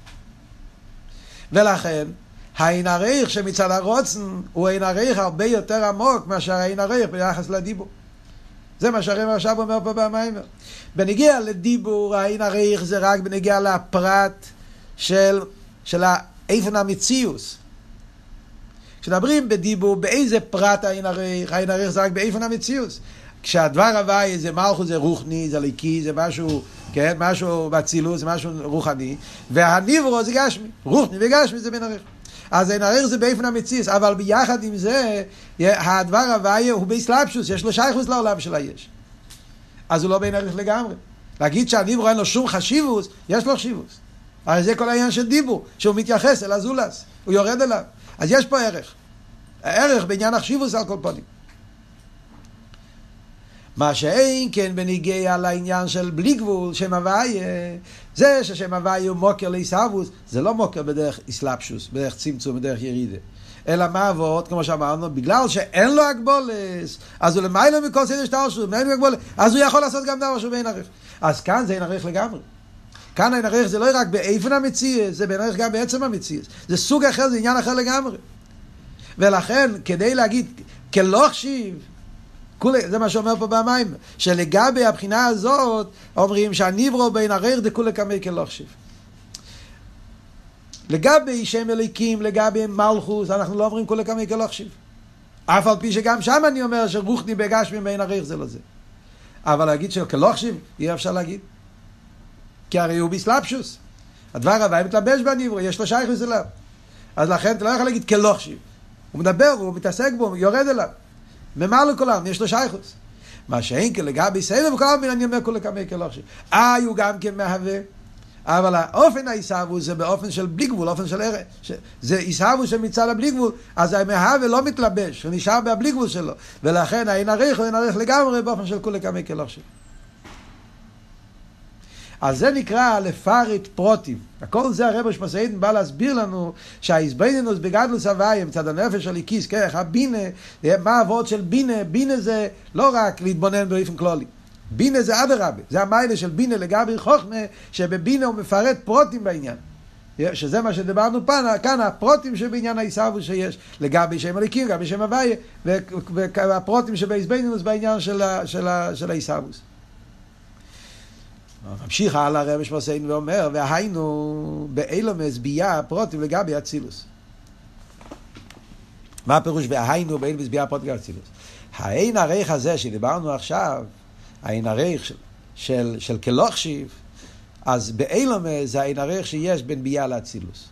ולכן, האין עריך שמצד הרוצן הוא אין עריך הרבה יותר עמוק מאשר האין עריך ביחס לדיבור. זה מה שהרב עכשיו אומר פה במיימר. בנגיע לדיבור, האין עריך זה רק בנגיע לפרט של איפן המציאוס. כשדברים בדיבור, באיזה פרט האין עריך? האין עריך זה רק באיפן המציאוס. כשהדבר הוואי זה מלכות, זה רוחני, זה ליקי, זה משהו, כן, משהו בצילוס, זה משהו רוחני, והניברו זה גשמי, רוחני וגשמי זה בין ערך. אז אין ערך זה באופן המציאס, אבל ביחד עם זה, הדבר הוואי הוא באסלאפשוס, יש לו שייכות לעולם של היש. אז הוא לא בין ערך לגמרי. להגיד שהניברו אין לו שום חשיבוס, יש לו חשיבוס. הרי זה כל העניין של דיבור, שהוא מתייחס אל הזולס, הוא יורד אליו. אז יש פה ערך. הערך בעניין החשיבוס על כל פנים. מה שאין כן בניגיע לעניין של בלי גבול, שם הוואי, זה ששם הוואי הוא מוקר להישאבוס, זה לא מוקר בדרך אסלאפשוס, בדרך צמצום, בדרך ירידה. אלא מה עבוד, כמו שאמרנו, בגלל שאין לו הגבולס, אז הוא למעלה מכל סדר שטר שהוא, אין לו הגבולס, אז הוא יכול לעשות גם דבר שהוא בין ערך. אז כאן זה אין ערך לגמרי. כאן אין ערך זה לא רק באיפן המציאס, זה בין ערך גם בעצם המציאס. זה סוג אחר, זה עניין אחר לגמרי. ולכן, כדי להגיד, כלא חשיב, זה מה שאומר פה במים, שלגבי הבחינה הזאת, אומרים שהניברו בין ערך דכולי קמי כלא חשיב. לגבי שם אליקים, לגבי מלכוס, אנחנו לא אומרים כולי קמי כלא חשיב. אף על פי שגם שם אני אומר שרוחני בגשמי בין ערך זה לא זה. אבל להגיד שכלא חשיב, אי אפשר להגיד. כי הרי הוא בסלאפשוס. הדבר הוואי מתלבש בניברו, יש לו שייכות אליו. אז לכן אתה לא יכול להגיד כלא חשיב. הוא מדבר, הוא מתעסק בו, הוא יורד אליו. ממלא כולם, יש לו שייכות. מה שאין כלגבי סבב וכל מיני אני אומר כולי קמי כלא חשיב. הוא גם כן מהווה. אבל האופן הישאבו זה באופן של בלי גבול, אופן של ערך. זה ישאבו שמצד הבלי גבול, אז המהווה לא מתלבש, הוא נשאר בבלי גבול שלו. ולכן אין ערך הוא אין ערך לגמרי באופן של כולי קמי כלא חשיב. אז זה נקרא לפרט פרוטים. הכל זה הרב שמסעידן בא להסביר לנו שהאיזבנינוס בגדלוס הוויה מצד הנפש של איקיס, כך הבינה, מה העבוד של בינה? בינה זה לא רק להתבונן באופן כללי. בינה זה אדרבה, זה המיילה של בינה לגבי חוכמה, שבבינה הוא מפרט פרוטים בעניין. שזה מה שדיברנו כאן, הפרוטים שבעניין הישאבו שיש, לגבי שם הליקים, לגבי שם הוויה, והפרוטים שבאיזבנינוס בעניין של הישאבוס. ממשיך הלאה הרב שמסעידן ואומר, והיינו באילומס ביה פרוטים לגבי אצילוס. מה הפירוש והיינו באילומס ביה פרוטים לגבי אצילוס? העין ערך הזה שדיברנו עכשיו, העין ערך של כלא חשיב, אז באילומס זה העין ערך שיש בין ביה לאצילוס.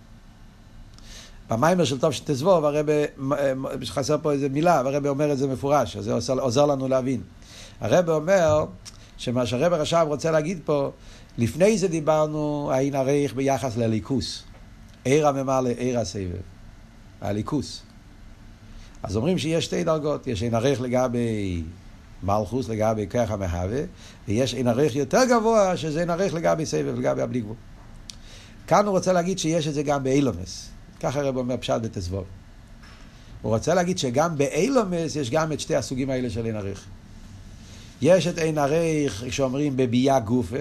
במיימר של טוב שתזבוב, הרב חסר פה איזה מילה, והרב אומר את זה מפורש, אז זה עוזר לנו להבין. הרב אומר שמה שהרב עכשיו רוצה להגיד פה, לפני זה דיברנו העין ערך ביחס לליכוס. עיר הממלא, עיר הסבב. הליכוס. אז אומרים שיש שתי דרגות. יש עין ערך לגבי מלכוס, לגבי כוח המהווה, ויש עין ערך יותר גבוה, שזה עין ערך לגבי סבב, לגבי הבלי גבול. כאן הוא רוצה להגיד שיש את זה גם באילומס. ככה הרב אומר פשט בתזבוב. הוא רוצה להגיד שגם באילומס יש גם את שתי הסוגים האלה של עין ערך. יש את עין ערך, כשאומרים בבייה גופה,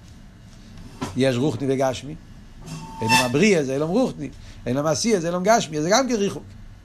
יש רוחני וגשמי. אין לו מבריא, זה אין לו רוחני. אין לו מעשי, זה אין לו גשמי, זה גם כריחוק.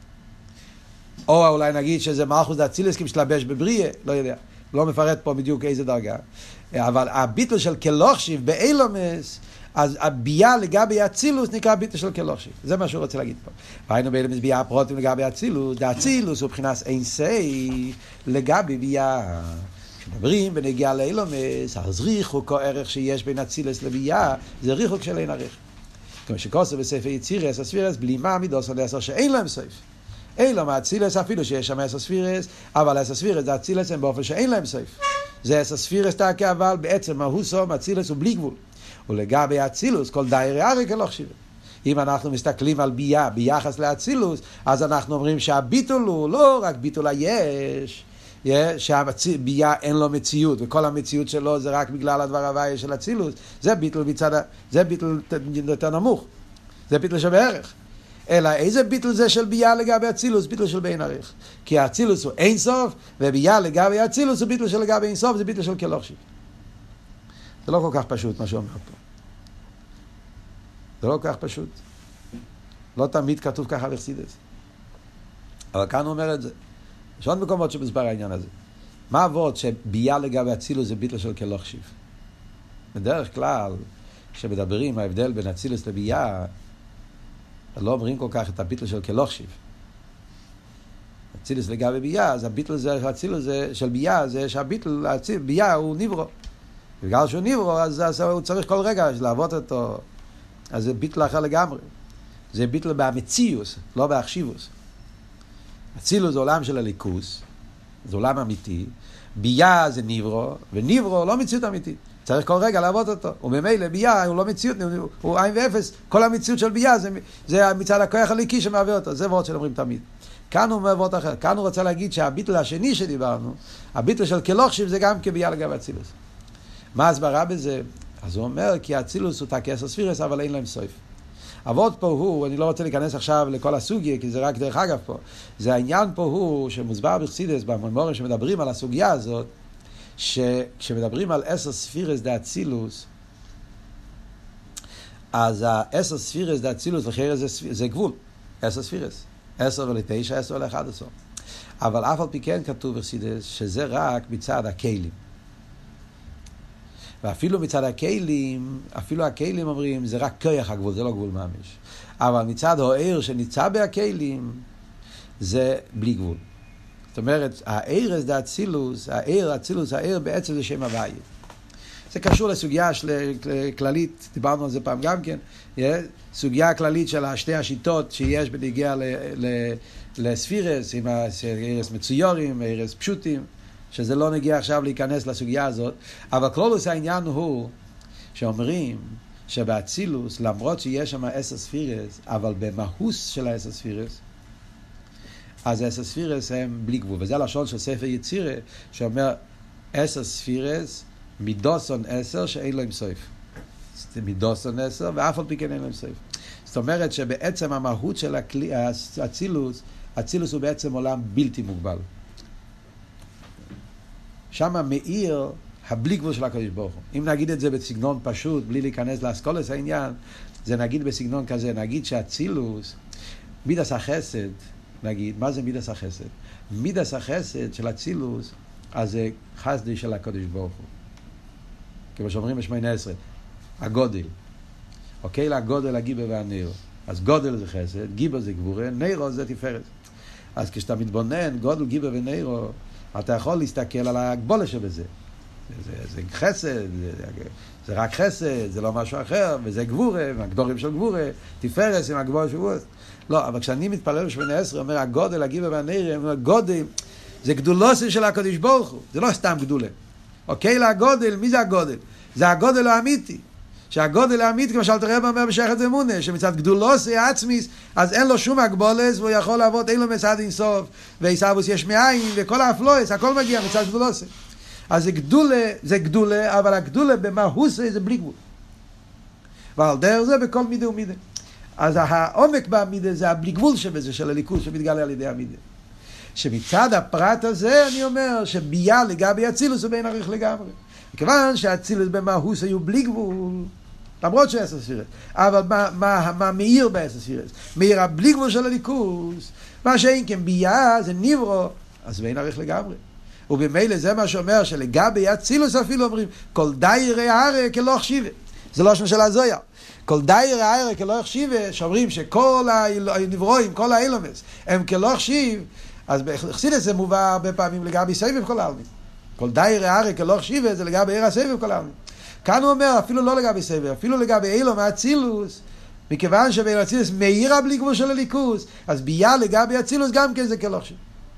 או אולי נגיד שזה מלכות דאצילס כמשתלבש בבריא, לא יודע. לא מפרט פה בדיוק איזה דרגה. אבל הביטל של כלא חשיב באילומס, אז הבייה לגבי אצילוס נקרא ביטל של כלא חשיב. זה מה שהוא רוצה להגיד פה. והיינו באילומס בייה הפרוטים לגבי אצילוס, דאצילוס הוא מבחינת אין סי לגבי בייה. כשמדברים בנגיעה לאילומס, אז ריחוק או ערך שיש בין אצילס לבייה, זה ריחוק של אין ערך. כמו שכוסף בספר יצירס, הספירס, בלימה מידוס על 10 שאין להם סוף. אין להם אצילס, אפילו שיש שם 10 ספירס, אבל 10 ספירס זה אצילס הם באופן שאין להם סוף. זה 10 ספירס תעקה, אבל בעצם מהוסום אצילס הוא בלי גבול. ולגבי אצילוס, כל דיירי הרי כלא חשיב. אם אנחנו מסתכלים על בייה ביחס לאצילוס, אז אנחנו אומרים שהביטול הוא לא רק ביטול היש, שהבייה אין לו מציאות, וכל המציאות שלו זה רק בגלל הדבר הוויה של אצילוס, זה ביטול מצד, זה ביטול יותר נמוך, זה ביטול שבערך. אלא איזה ביטול זה של בייה לגבי אצילוס? ביטול של בין ערך. כי האצילוס הוא אין סוף, ובייה לגבי אצילוס הוא ביטול של לגבי אין סוף, זה ביטול של כלא חשיב. זה לא כל כך פשוט מה שאומר פה. זה לא כל כך פשוט. לא תמיד כתוב ככה בחסידות. אבל כאן הוא אומר את זה. יש עוד מקומות שמסבר העניין הזה. מה עבוד שבייה לגבי אצילוס זה ביטול של כלא חשיב? בדרך כלל, כשמדברים ההבדל בין אצילוס לבייה, לא אומרים כל כך את הביטול של כלא חשיב. אצילוס לגבי ביה, אז הביטל זה, אצילוס של ביה, זה שהביטל, ביה הוא נברו. בגלל שהוא נברו, אז הוא צריך כל רגע לעבוד אותו. אז זה ביטל אחר לגמרי. זה ביטל באמציוס, לא באחשיבוס. אצילוס זה עולם של הליכוס, זה עולם אמיתי. ביה זה נברו, ונברו לא מציאות אמיתית. צריך כל רגע לעבוד אותו. וממילא ביה הוא לא מציאות, הוא עין ואפס. כל המציאות של ביה זה מצד הכוח הליקי שמעביר אותו. זה וורט שאומרים תמיד. כאן הוא אומר וורט אחר. כאן הוא רוצה להגיד שהביטל השני שדיברנו, הביטל של כלוכשיב זה גם כביה לגבי אצילוס. מה הסברה בזה? אז הוא אומר כי האצילוס הוא תקס הספירס אבל אין להם סוף. הוורט פה הוא, אני לא רוצה להיכנס עכשיו לכל הסוגיה כי זה רק דרך אגב פה. זה העניין פה הוא שמוסבר בחסידות במאמרים שמדברים על הסוגיה הזאת, שכשמדברים על 10 ספירס דה אצילוס, אז 10 ספירס דה אצילוס לחיר זה גבול, 10 ספירס, 10 ול-9, 10 ול-11. אבל אף על פי כן כתוב בחסידות שזה רק מצד הכלים. ואפילו מצד הכלים, אפילו הכלים אומרים זה רק כוח הגבול, זה לא גבול ממש. אבל מצד העיר שנמצא בהכלים זה בלי גבול. זאת אומרת, העיר זה אצילוס, העיר בעצם זה שם הוויה. זה קשור לסוגיה כללית, דיברנו על זה פעם גם כן, סוגיה כללית של שתי השיטות שיש בנגיעה לספירס, עם העירס מצויורים, העירס פשוטים, שזה לא נגיע עכשיו להיכנס לסוגיה הזאת, אבל כלולוס העניין הוא שאומרים שבאצילוס, למרות שיש שם 10 ספירס, אבל במהוס של 10 ספירס, אז 10 ספירס הם בלי גבול, וזה הלשון של ספר יצירה, שאומר 10 ספירס, מידוסון 10 שאין להם סוף. מידוסון 10, ואף על פי כן אין להם סוף. זאת אומרת שבעצם המהות של האצילוס, האצילוס הוא בעצם עולם בלתי מוגבל. שם מאיר הבלי גבול של הקדוש ברוך הוא. אם נגיד את זה בסגנון פשוט, בלי להיכנס לאסכולס העניין, זה נגיד בסגנון כזה, נגיד שהאצילוס, מידס החסד, נגיד, מה זה מידס החסד? מידס החסד של אצילוס, אז זה חסדי של הקדוש ברוך הוא. כמו שאומרים בשמונה עשרה, הגודל. אוקיי, לגודל, הגיבר והניר. אז גודל זה חסד, גיבר זה גבורה, נירו זה תפארת. אז כשאתה מתבונן, גודל, גיבר ונירו, אתה יכול להסתכל על הגבולה שבזה. זה חסד, זה רק חסד, זה לא משהו אחר, וזה גבורה, והגדורים של גבורה, תפארת עם הגבורה של גבורה. לא, אבל כשאני מתפלל בשמונה עשרה, אומר הגודל, הגיבר והניר, אומר גודל, זה גדולוסי של הקדוש ברוך הוא, זה לא סתם גדולה. אוקיי, לגודל, מי זה הגודל? זה הגודל האמיתי. שהגודל האמיתי, כמו שאלתר רב אומר בשייכת ואמונה, שמצד גדולוסי העצמיס, אז אין לו שום הגבולס, והוא יכול לעבוד, אין לו מצד אינסוף, ועיסאוויס יש מאין, וכל האפלויס, הכל מגיע מצד גדולוסי. אז זה גדולה, אבל הגדולה במהוסי זה בלי גבול. ועל דרך זה בכל מידה ומידה. אז העומק בעמידה זה הבלי גבול שבזה, של הליכוז שמתגלה על ידי המידה. שמצד הפרט הזה אני אומר שביה לגבי אצילוס הוא בין עריך לגמרי. מכיוון שהאצילוס במהוס היו בלי גבול, למרות שעשר ספירס, אבל מה מאיר בעשר ספירס? מאיר הבלי גבול של הליכוז, מה שאין כן ביה זה נברו, אז בין עריך לגמרי. ובמילא זה מה שאומר שלגבי אצילוס אפילו אומרים כל דיירי הערה כלא חשיבה. זה לא שם של הזויה. כל דיירי הערה כלא חשיבה, שאומרים שכל הנברואים, כל האילומס, הם כלא חשיב, אז בחסידות זה מובא הרבה פעמים לגבי סבב כל העלמין. כל דיירי הערה כלא חשיבה זה לגבי עיר הסבב כל העלמין. כאן הוא אומר אפילו לא לגבי סבב, אפילו לגבי אילו מהאצילוס, מכיוון שבין האצילוס מאיר הבלי גבול של הליכוז, אז ביה לגבי אצילוס גם כן זה כלא חשיב.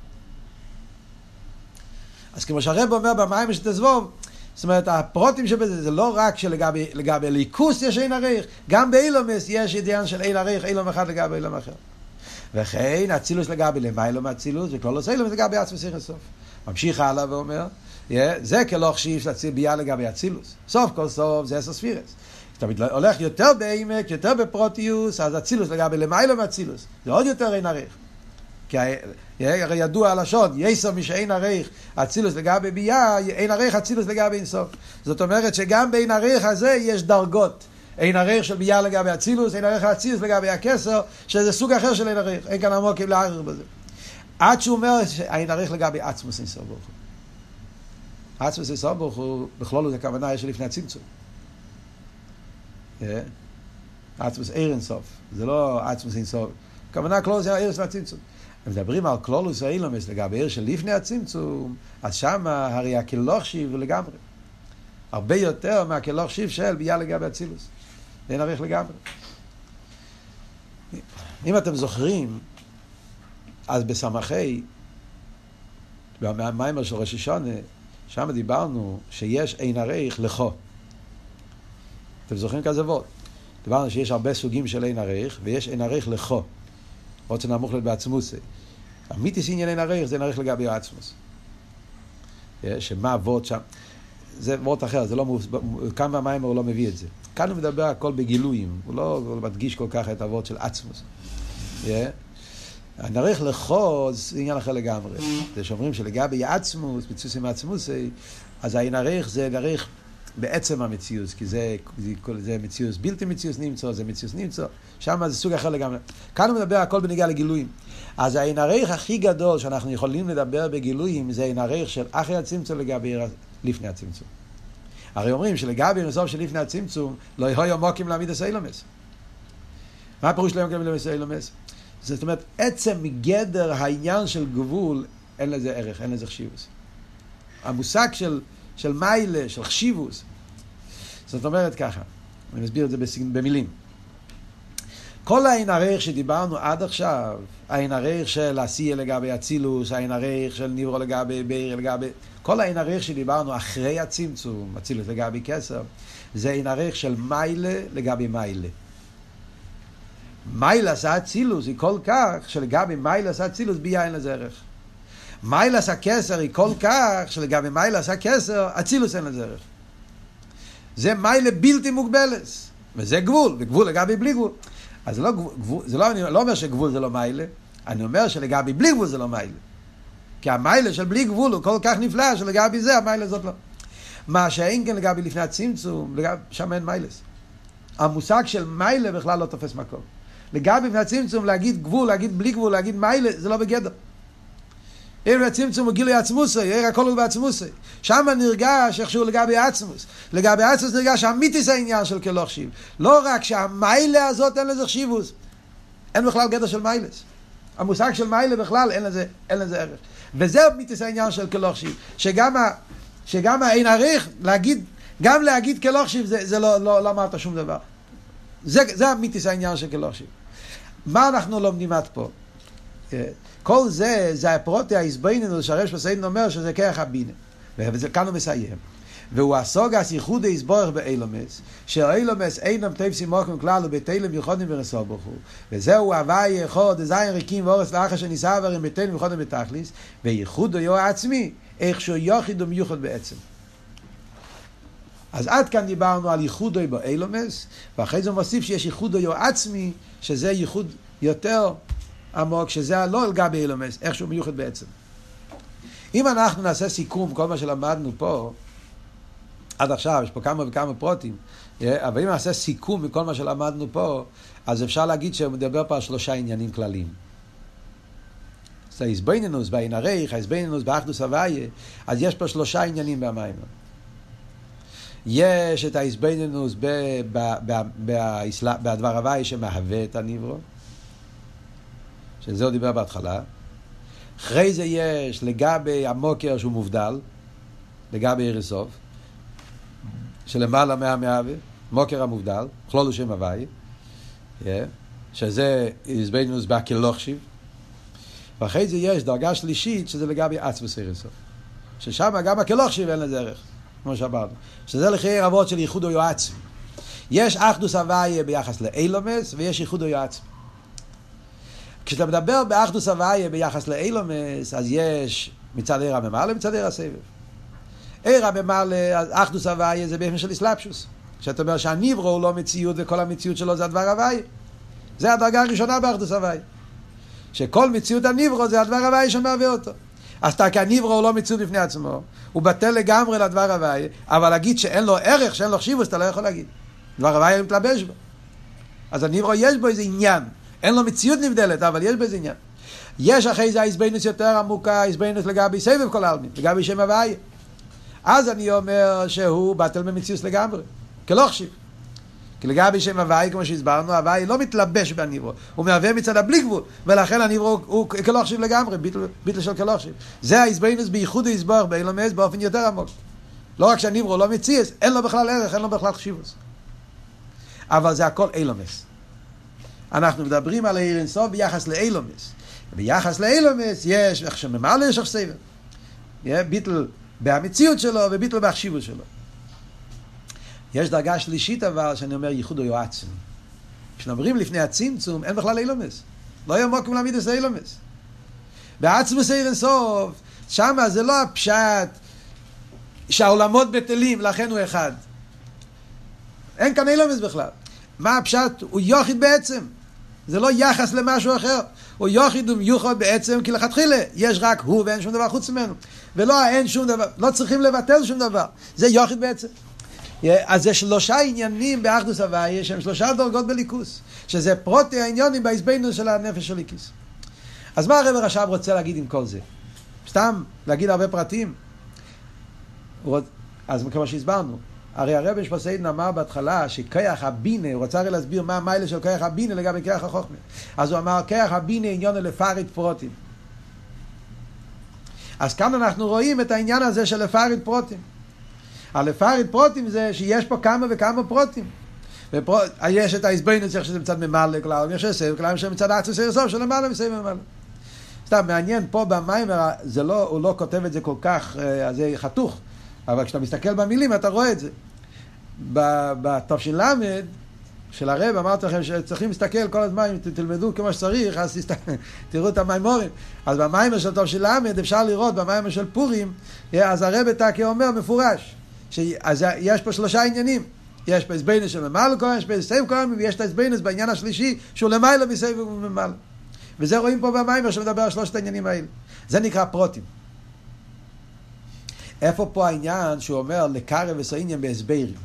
אז כמו שהרב אומר במים שתזבוב, זאת אומרת, הפרוטים שבזה זה לא רק שלגבי ליכוס יש אין עריך, גם באילומס יש עדיין של אין עריך, אילום אחד לגבי אילום אחר. וכן, אצילוס לגבי למיילום אצילוס, וכלול עושה אילום לגבי עצמס איך הסוף. ממשיך הלאה ואומר, זה כלא חשיב ביה לגבי אצילוס. סוף כל סוף זה 10 ספירס. אתה הולך יותר בעמק, יותר בפרוטיוס, אז אצילוס לגבי למיילום אצילוס. זה עוד יותר אין עריך. כי הרי ידוע הלשון, יסר משאין עריך אצילוס לגבי ביה, אין עריך אצילוס לגבי אינסוף. זאת אומרת שגם בין עריך הזה יש דרגות. אין עריך של ביה לגבי אצילוס, אין עריך אצילוס לגבי הכסר, שזה סוג אחר של אין עריך. אין כאן עמוקים לערער בזה. עד שהוא אומר שאין עריך לגבי עצמוס אינסוף ברוך הוא. עצמוס אינסוף ברוך הוא, בכלול זה הכוונה יש לפני הצמצום. עצמוס איר אינסוף. זה לא עצמוס אינסוף. הכוונה כלול זה איר לפני הצמצום. מדברים על כלולוס האילומס לגבי עיר של לפני הצמצום, אז שם הרי הכלוך שיב הוא לגמרי. הרבה יותר מהכלוך שיב של ביה לגבי הצילוס. אין עריך לגמרי. אם אתם זוכרים, אז בסמכי, במיימר של ראש השונה, שם דיברנו שיש אין עריך לכו. אתם זוכרים כזה ווד? דיברנו שיש הרבה סוגים של אין עריך, ויש אין עריך לכו. רוצה נמוך לת בעצמוסי. המיתיס עניין אין עריך זה אין עריך לגבי העצמוס. שמה ווד שם? זה ווד אחר, זה לא, כאן במיימר הוא לא מביא את זה. כאן הוא מדבר הכל בגילויים, הוא לא מדגיש כל כך את הווד של עצמוס. הנעריך לכו זה עניין אחר לגמרי. זה שאומרים שלגבי עצמוס, מצוס עם עצמוס, אז הנעריך זה נעריך בעצם המציאוס, כי זה מציאוס בלתי מציאוס נמצא, זה מציאוס נמצא, שם זה סוג אחר לגמרי. כאן הוא מדבר הכל בנגיעה לגילויים. אז הנעריך הכי גדול שאנחנו יכולים לדבר בגילויים, זה הנעריך של אחרי הצמצום לגבי לפני הצמצום. הרי אומרים שלגבי נסוף של לפני הצמצום, לא יהיו מוקים להעמיד את האילומס. מה הפירוש לא יהיו מוקים להעמיד את האילומס? זאת אומרת, עצם מגדר העניין של גבול, אין לזה ערך, אין לזה חשיבוס. המושג של מיילה, של חשיבוס, זאת אומרת ככה, אני מסביר את זה במילים. כל העין ערך שדיברנו עד עכשיו, העין ערך של עשייה לגבי הצילוס, העין ערך של נברו לגבי ביר לגבי, כל העין ערך שדיברנו אחרי הצמצום, הצילוס לגבי כסר, זה העין ערך של מיילה לגבי מיילה. מיילה עשה הצילוס היא כל כך שלגבי מיילה עשה הצילוס ביה אין לזה ערך. מיילה עשה כסר היא כל כך שלגבי מיילה עשה כסר הצילוס אין לזה ערך. זה מיילה בלתי מוגבלס, וזה גבול, וגבול לגבי בלי גבול. אז אני לא אומר שגבול זה לא מיילה, אני אומר שלגבי בלי גבול זה לא מיילה. כי המיילה של בלי גבול הוא כל כך נפלא שלגבי זה המיילה זאת לא. מה שאין כן לגבי לפני הצמצום, שם אין מיילס. המושג של מיילה בכלל לא תופס מקום. לגבי לפני הצמצום להגיד גבול, להגיד בלי גבול, להגיד מיילה, זה לא בגדר. אם הצמצום הוא גילוי עצמוסי, הכל הוא בעצמוסי. שם נרגש איכשהו לגבי עצמוס. לגבי עצמוס נרגש אמיתיס העניין של כלוך שיב. לא רק שהמיילה הזאת אין לזה חשיבוס. אין בכלל גדר של מיילס. המושג של מיילה בכלל אין לזה ערך. וזה אמיתיס העניין של כלוך שיב. שגם אין עריך להגיד, גם להגיד כלוך שיב זה לא אמרת שום דבר. זה אמיתיס העניין של כלוך שיב. מה אנחנו לומדים עד פה? כל זה הפרוטי ההסביננו שהרש פסאידן אומר שזה כרך הבינה. וכאן הוא מסיים. והוא הסוגס ייחוד היסבורך באילומס, שהאילומס אינם תפסים מוקם כלל ובתאילם יחודים ורסוב ברכו. וזהו הוואי יחוד, זין ריקים ואורס לאחר שניסעברים בתאילם יחודים בתכליס, וייחוד היו עצמי, איך שהוא יוחיד ומיוחד בעצם. אז עד כאן דיברנו על ייחוד היו באילומס, ואחרי זה הוא מוסיף שיש ייחוד היו עצמי, שזה ייחוד יותר עמוק, שזה לא לגבי אילומס, איך שהוא מיוחד בעצם. אם אנחנו נעשה סיכום כל מה שלמדנו פה, עד עכשיו, יש פה כמה וכמה פרוטים, אבל אם נעשה סיכום מכל מה שלמדנו פה, אז אפשר להגיד שהוא מדבר פה על 3 עניינים כלליים. זה ההסבינינוס בעין הרייך, ההסבינינוס באחדוס הוויה, אז יש פה 3 עניינים במיימר. יש את ההסבינינוס בדבר הוויה שמהווה את הנברו, שזה הוא דיבר בהתחלה. אחרי זה יש לגבי המוקר שהוא מובדל, לגבי ירסוף, שלמעלה מהמהווה, מוקר המובדל, כלול שם הוואי, שזה הסבינינוס בהכלוך שיב. ואחרי זה יש דרגה שלישית, שזה לגבי עצמוס ירסוף. ששם גם הכלוך שיב אין לזה ערך, כמו שאמרנו. שזה לכי רבות של ייחוד או עצמי. יש אחדוס הוואי ביחס לאילומס, ויש ייחוד או עצמי. כשאתה מדבר באחדוס הוויה ביחס לאילומס, אז יש מצד עיר הממלא, מצד עיר הסבב. עיר הממלא, אחדוס הוויה זה באופן של אסלאפשוס. כשאתה אומר שהניברו הוא לא מציאות וכל המציאות שלו זה הדבר הוויה. זה הדרגה הראשונה באחדוס הוויה. שכל מציאות הניברו זה הדבר הוויה שמהווה אותו. אז אתה כהניברו הוא לא מציאות בפני עצמו, הוא בטל לגמרי לדבר הוויה, אבל להגיד שאין לו ערך, שאין לו חשיבות, אתה לא יכול להגיד. דבר הוויה מתלבש בו. אז הניברו יש בו איזה עניין. אין לו מציאות נבדלת, אבל יש בזה עניין. יש אחרי זה ההסבינוס יותר עמוקה, ההסבינוס לגבי סבב כל העלמין, לגבי שם הוויה. אז אני אומר שהוא בטל במציאות לגמרי, כלוך שיב. כי לגבי שם הוואי, כמו שהסברנו, הוואי לא מתלבש בנברו, הוא מהווה מצד הבלי גבול, ולכן הנברו הוא כלא חשיב לגמרי, ביטל של כלא חשיב. זה ההסברינוס בייחוד ההסבר, באילומס באופן יותר עמוק. לא רק שהנברו לא מציאס, אין לו בכלל ערך, אין לו בכלל חשיבוס. אבל זה הכל אילומס. אנחנו מדברים על העיר אינסוף ביחס לאילומס. ביחס לאילומס יש, איך שממלא יש סבב. ביטל במציאות שלו וביטל בחשיבות שלו. יש דרגה שלישית אבל שאני אומר ייחוד או יועצם. כשנאמרים לפני הצמצום אין בכלל אילומס. לא ימוקים להעמיד את האילומס. בעצמוס העיר אינסוף, שמה זה לא הפשט שהעולמות בטלים, לכן הוא אחד. אין כאן אילומס בכלל. מה הפשט? הוא יוחיד בעצם. זה לא יחס למשהו אחר. הוא יוחיד ומיוחד בעצם, כי לכתחילה יש רק הוא ואין שום דבר חוץ ממנו. ולא אין שום דבר, לא צריכים לבטל שום דבר. זה יוחיד בעצם. אז זה שלושה עניינים באחדוס הוויה, שהם שלושה דרגות בליכוס. שזה פרוטי העניינים בהסבינוס של הנפש של ליכוס. אז מה הרב עכשיו רוצה להגיד עם כל זה? סתם להגיד הרבה פרטים. אז כמו שהסברנו, הרי הרב שפסיידן אמר בהתחלה שכיח הבינה, הוא רוצה הרי להסביר מה המיילה של כיח הבינה לגבי כיח החוכמה. אז הוא אמר כיח הבינה עניון לפאריד פרוטים. אז כאן אנחנו רואים את העניין הזה של לפאריד פרוטים. הלפאריד פרוטים זה שיש פה כמה וכמה פרוטים. יש את ההסברינוס שזה מצד ממלא כלל, יש סבב כלל שמצד עצמוס העיר אינסוף שלמעלה מסבב ממלא. סתם מעניין פה במים, הוא לא כותב את זה כל כך, זה חתוך. אבל כשאתה מסתכל במילים אתה רואה את זה. בתש"ל של הרב אמרתי לכם שצריכים להסתכל כל הזמן, אם תלמדו כמו שצריך, אז תראו את המיימורים. אז במיימר של תש"ל אפשר לראות, במיימר של פורים, אז הרב תקי אומר מפורש, אז יש פה שלושה עניינים. יש פה הסבינוס של ממלא כהן, יש פה סבב כהן, ויש את הסבינוס בעניין השלישי, שהוא למעלה מסבב וממלא. וזה רואים פה במיימר שמדבר על שלושת העניינים האלה. זה נקרא פרוטים. איפה פה העניין שהוא אומר לקרב וסעניין בהסברים?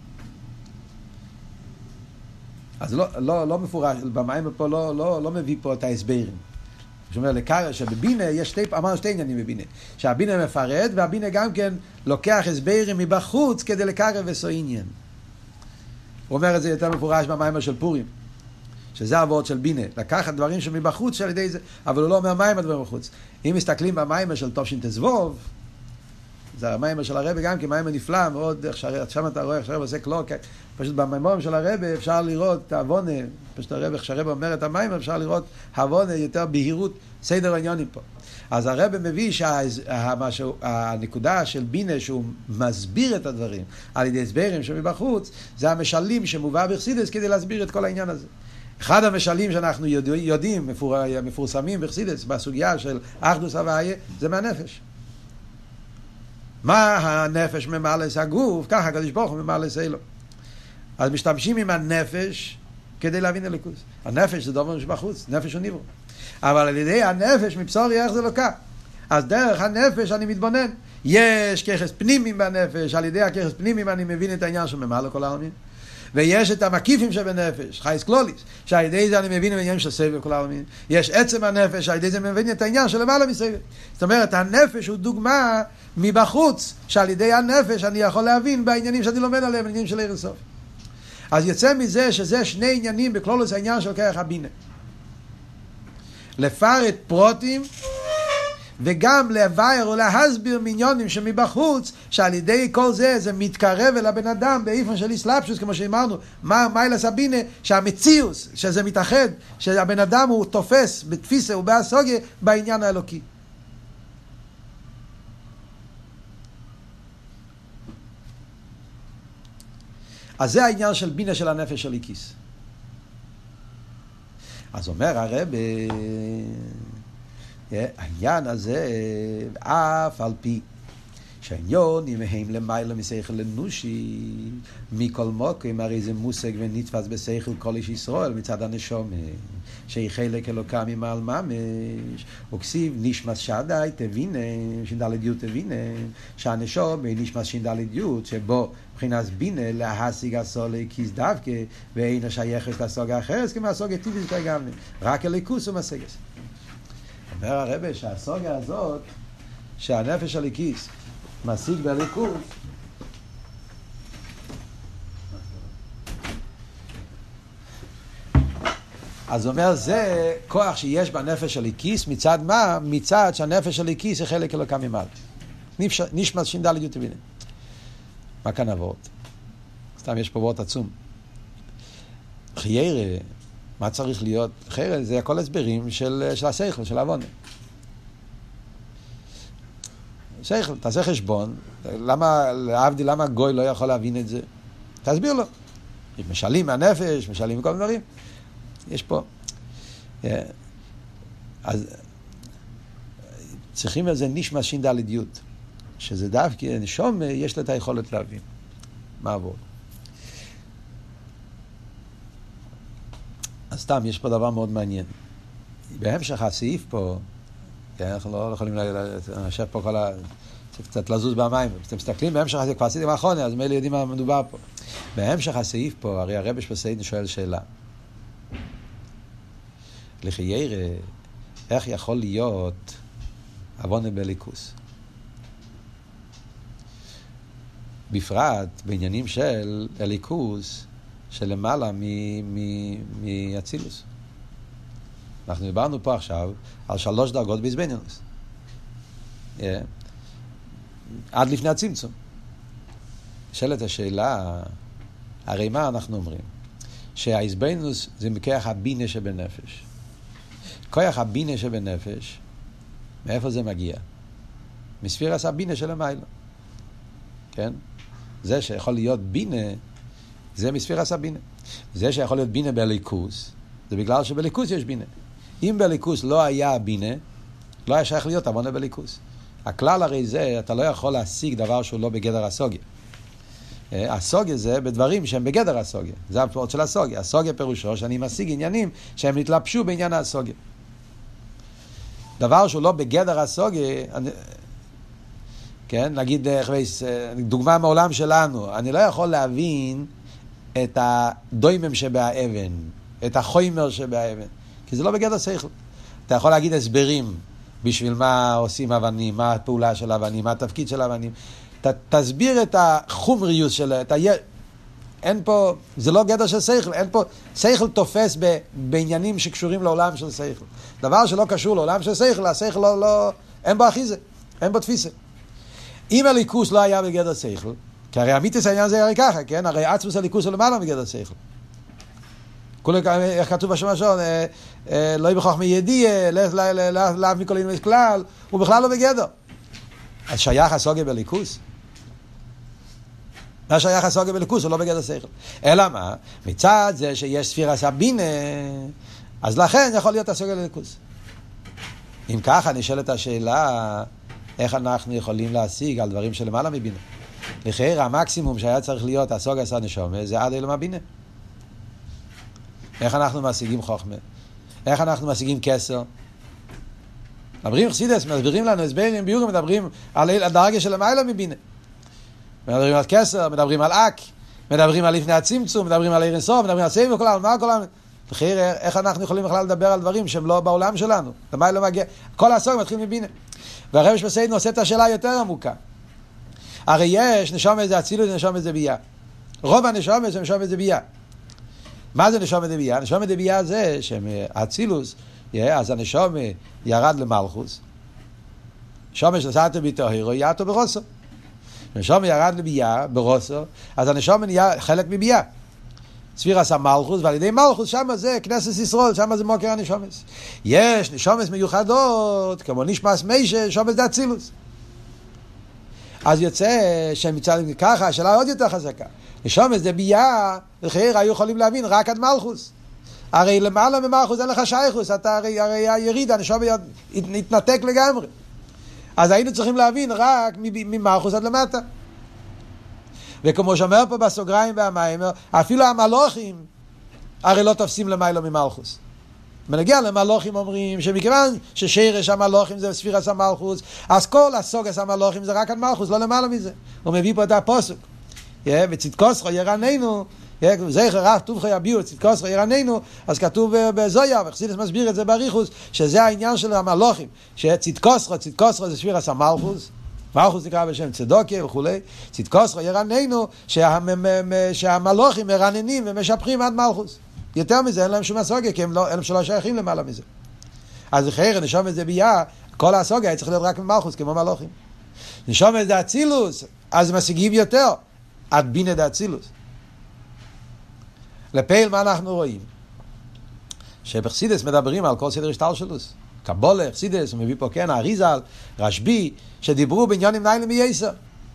אז לא מפורש, במים פה לא מביא פה את ההסברים. הוא אומר לקרב שבבינה יש אמרנו שתי עניינים בבינה. שהבינה מפרט והבינה גם כן לוקח הסברים מבחוץ כדי לקרב וסעניין. הוא אומר את זה יותר מפורש במים של פורים. שזה העבוד של בינה. לקחת דברים שמבחוץ שעל ידי זה, אבל הוא לא אומר מים הדברים מבחוץ. אם מסתכלים במים של תושין תזבוב, זה המיימר של הרב גם כי מיימר נפלא מאוד, שם אתה רואה איך שהרב עושה קלוק, פשוט במיימורים של הרב אפשר לראות את העוונה, פשוט הרב, איך שהרב אומר את המיימר אפשר לראות העוונה יותר בהירות, סדר העניונים פה. אז הרב מביא שהנקודה של בינה שהוא מסביר את הדברים על ידי הסברים שמבחוץ, זה המשלים שמובא בחסידות כדי להסביר את כל העניין הזה. אחד המשלים שאנחנו יודעים, מפורסמים בחסידות בסוגיה של אחדוס הוויה, זה מהנפש. מה הנפש ממלא הגוף, ככה הקדוש ברוך הוא ממלא אלו. אז משתמשים עם הנפש כדי להבין אלוקות. הנפש זה דבר שבחוץ, נפש הוא נברא. אבל על ידי הנפש מבשורי איך זה לוקח. אז דרך הנפש אני מתבונן. יש ככס פנימיים בנפש, על ידי הככס פנימיים אני מבין את העניין שממלא כל העולמים. ויש את המקיפים שבנפש, חייס קלוליס, שעל ידי זה אני מבין את העניין של סבב כל העולמים. יש עצם הנפש, על ידי זה מבין את העניין של למעלה מסבב. זאת אומרת, הנפש הוא דוגמה מבחוץ, שעל ידי הנפש אני יכול להבין בעניינים שאני לומד עליהם, בעניינים של עיר אינסוף. אז יוצא מזה שזה שני עניינים בכלולוס העניין של כיח הבינה. לפרט פרוטים, וגם להבאר או להסביר מיניונים שמבחוץ, שעל ידי כל זה זה מתקרב אל הבן אדם באיפן של איסלאפשוס, כמו שאמרנו, מה מיילס הבינה, שהמציאוס, שזה מתאחד, שהבן אדם הוא תופס בתפיסה ובהסוגיה בעניין האלוקי. אז זה העניין של בינה של הנפש של איקיס. אז אומר הרב, העניין הזה, אף על פי שהעניונים הם למעלה משכל אנושי, מכל מוקרים, הרי זה מושג ונתפס בשכל כל איש ישראל מצד הנשום, שהיא חלק אלוקה ממעל ממש, וכסיב נשמס שדי תבינה, שינדלת יוד תבינה, שהנשום היא נשמס שינדלת יוד, שבו מבחינת בינה להשיג הסולי כיס דווקא, ואין השייכת לסוג האחר, כמו הסוג הטיביס גם, רק אליקוס הוא מסגס. אומר הרב שהסוגיה הזאת שהנפש הליקיס משיג בליכוס אז הוא אומר, זה כוח שיש בנפש של איקיס, מצד מה? מצד שהנפש של איקיס היא חלק אלוקה ממעלה. נשמת ש"ד י"ט. מה כאן עבורת? סתם יש פה וורט עצום. חיירה, מה צריך להיות? חיירה זה הכל הסברים של השכל, של העוונה. שכל, תעשה חשבון, למה גוי לא יכול להבין את זה? תסביר לו. משלים מהנפש, משלים מכל דברים. יש פה. אז צריכים איזה נשמה ש"ד י' שזה דווקא נשום, יש לה את היכולת להבין. מה עבור? אז סתם, יש פה דבר מאוד מעניין. בהמשך הסעיף פה, אנחנו לא יכולים לשב פה כל קצת לזוז במים. אתם מסתכלים בהמשך הסעיף, כבר עשיתם האחרונה, אז מילא יודעים מה מדובר פה. בהמשך הסעיף פה, הרי הרבש בסעיד שואל שאלה. לחיירה, איך יכול להיות עוונה בליכוס? בפרט בעניינים של הליכוס שלמעלה מאצילוס. אנחנו דיברנו פה עכשיו על 3 דרגות בעזבניונוס. עד לפני הצמצום. שאלת השאלה, הרי מה אנחנו אומרים? שהעזבניונוס זה מכוח הבינה שבנפש. כוח הבינה שבנפש, מאיפה זה מגיע? מספירס הבינה של המיילה. כן? זה שיכול להיות בינה, זה מספירס הבינה. זה שיכול להיות בינה בליכוס, זה בגלל שבליכוס יש בינה. אם בליכוס לא היה בינה, לא היה שייך להיות עוונה בליכוס. הכלל הרי זה, אתה לא יכול להשיג דבר שהוא לא בגדר הסוגיה. הסוגיה זה בדברים שהם בגדר הסוגיה. זה הפרוט של הסוגיה. הסוגיה פירושו שאני משיג עניינים שהם נתלבשו בעניין הסוגיה. דבר שהוא לא בגדר הסוגיה, כן, נגיד, דוגמה מעולם שלנו, אני לא יכול להבין את הדוימם שבאבן, את החומר שבאבן, כי זה לא בגדר שכל. אתה יכול להגיד הסברים בשביל מה עושים אבנים, מה הפעולה של אבנים, מה התפקיד של אבנים. תסביר את החומריות של, אין פה, זה לא גדר של שכל, אין פה, שכל תופס בעניינים שקשורים לעולם של שכל. דבר שלא קשור לעולם של שכל, השכל לא, אין בו אחיזה, אין בו תפיסה. אם הליכוס לא היה בגדר שכל, כי הרי אמיתיס העניין זה הרי ככה, כן? הרי עצמוס הליכוס הוא למעלה בגדר שכל. איך כתוב בשם השון, לא יבחוך מידיע, לאו מכל אינוס כלל, הוא בכלל לא בגדר. אז שייך הסוגיה בליכוס? מה שייך הסוגיה בליכוס? הוא לא בגדר שכל. אלא מה? מצד זה שיש ספירס הבינה, אז לכן יכול להיות הסוגיה בליכוס. אם ככה נשאלת השאלה, איך אנחנו יכולים להשיג על דברים שלמעלה מבינה? לכאורה המקסימום שהיה צריך להיות הסוגיה של הנשמה זה עד אלו מהבינה. איך אנחנו משיגים חוכמה? איך אנחנו משיגים כסר? מדברים חסידס, מסבירים לנו, הסברים ביורים, מדברים על הדרגה של המעלה מבינה. מדברים על כסר, מדברים על אק, מדברים על לפני הצמצום, מדברים על אירנסוף, מדברים על סבב וכל העולם, מה כל העולם? לכאורה, איך אנחנו יכולים בכלל לדבר על דברים שהם לא בעולם שלנו? למה לא מגיע? כל הסוג מתחיל מבינה. והרבש בסיידנו עושה את השאלה יותר עמוקה. הרי יש נשום איזה אצילות, נשום איזה בייה. רוב הנשום איזה נשום איזה בייה. מה זה נשום איזה בייה? נשום איזה בייה זה שהאצילוס, אז הנשום ירד למלכוס. נשום שנסעת ביטוהירו, יעתו ברוסו. נשום ירד לבייה, ברוסו, אז הנשום נהיה חלק מבייה. ספירס המלכוס, ועל ידי מלכוס, שם זה כנסת ישראל, שם זה מוקר הנשומס. יש נשומס מיוחדות, כמו נשמס מיישה, נשומס זה אצילוס. אז יוצא שמצד ככה, השאלה עוד יותר חזקה. נשומס זה בייה, לכאורה היו יכולים להבין רק עד מלכוס. הרי למעלה ממלכוס אין לך שייכוס, אתה הרי היריד, הנשומס התנתק לגמרי. אז היינו צריכים להבין רק ממלכוס עד למטה. וכמו שאומר פה בסוגריים והמיימר, אפילו המלוכים הרי לא תופסים למיילו ממלכוס. בנגיע למלוכים אומרים שמכיוון ששרש המלוכים זה ספירס המלכוס, אז כל הסוגס המלוכים זה רק עד מלכוס, לא למעלה מזה. הוא מביא פה את הפוסק. וצדקוסכו ירננו, זכר רב טובכו יביאו, צדקוסכו ירננו, אז כתוב בזויה, וחסידס מסביר את זה בריחוס, שזה העניין של המלוכים, שצדקוסכו זה ספירס המלכוס, מלכוס נקרא בשם צדוקיה וכולי, צדקוסכו ירננו, שהמלוכים מרננים ומשפחים עד מלכוס. יותר מזה אין להם שום הסוגיה, כי הם שלא שייכים למעלה מזה. אז אחרי נשום את זה ביה, כל הסוגיה היה צריך להיות רק ממלכוס, כמו מלוכים. נשום את זה אצילוס, אז הם משיגים יותר, עד בינה דה אצילוס. לפעיל מה אנחנו רואים? שבחסידס מדברים על כל סדר השתלשלוס. קבולה, חסידס, הוא מביא פה כן, האריזל, רשב"י, שדיברו בעניינים ניילים מייסר.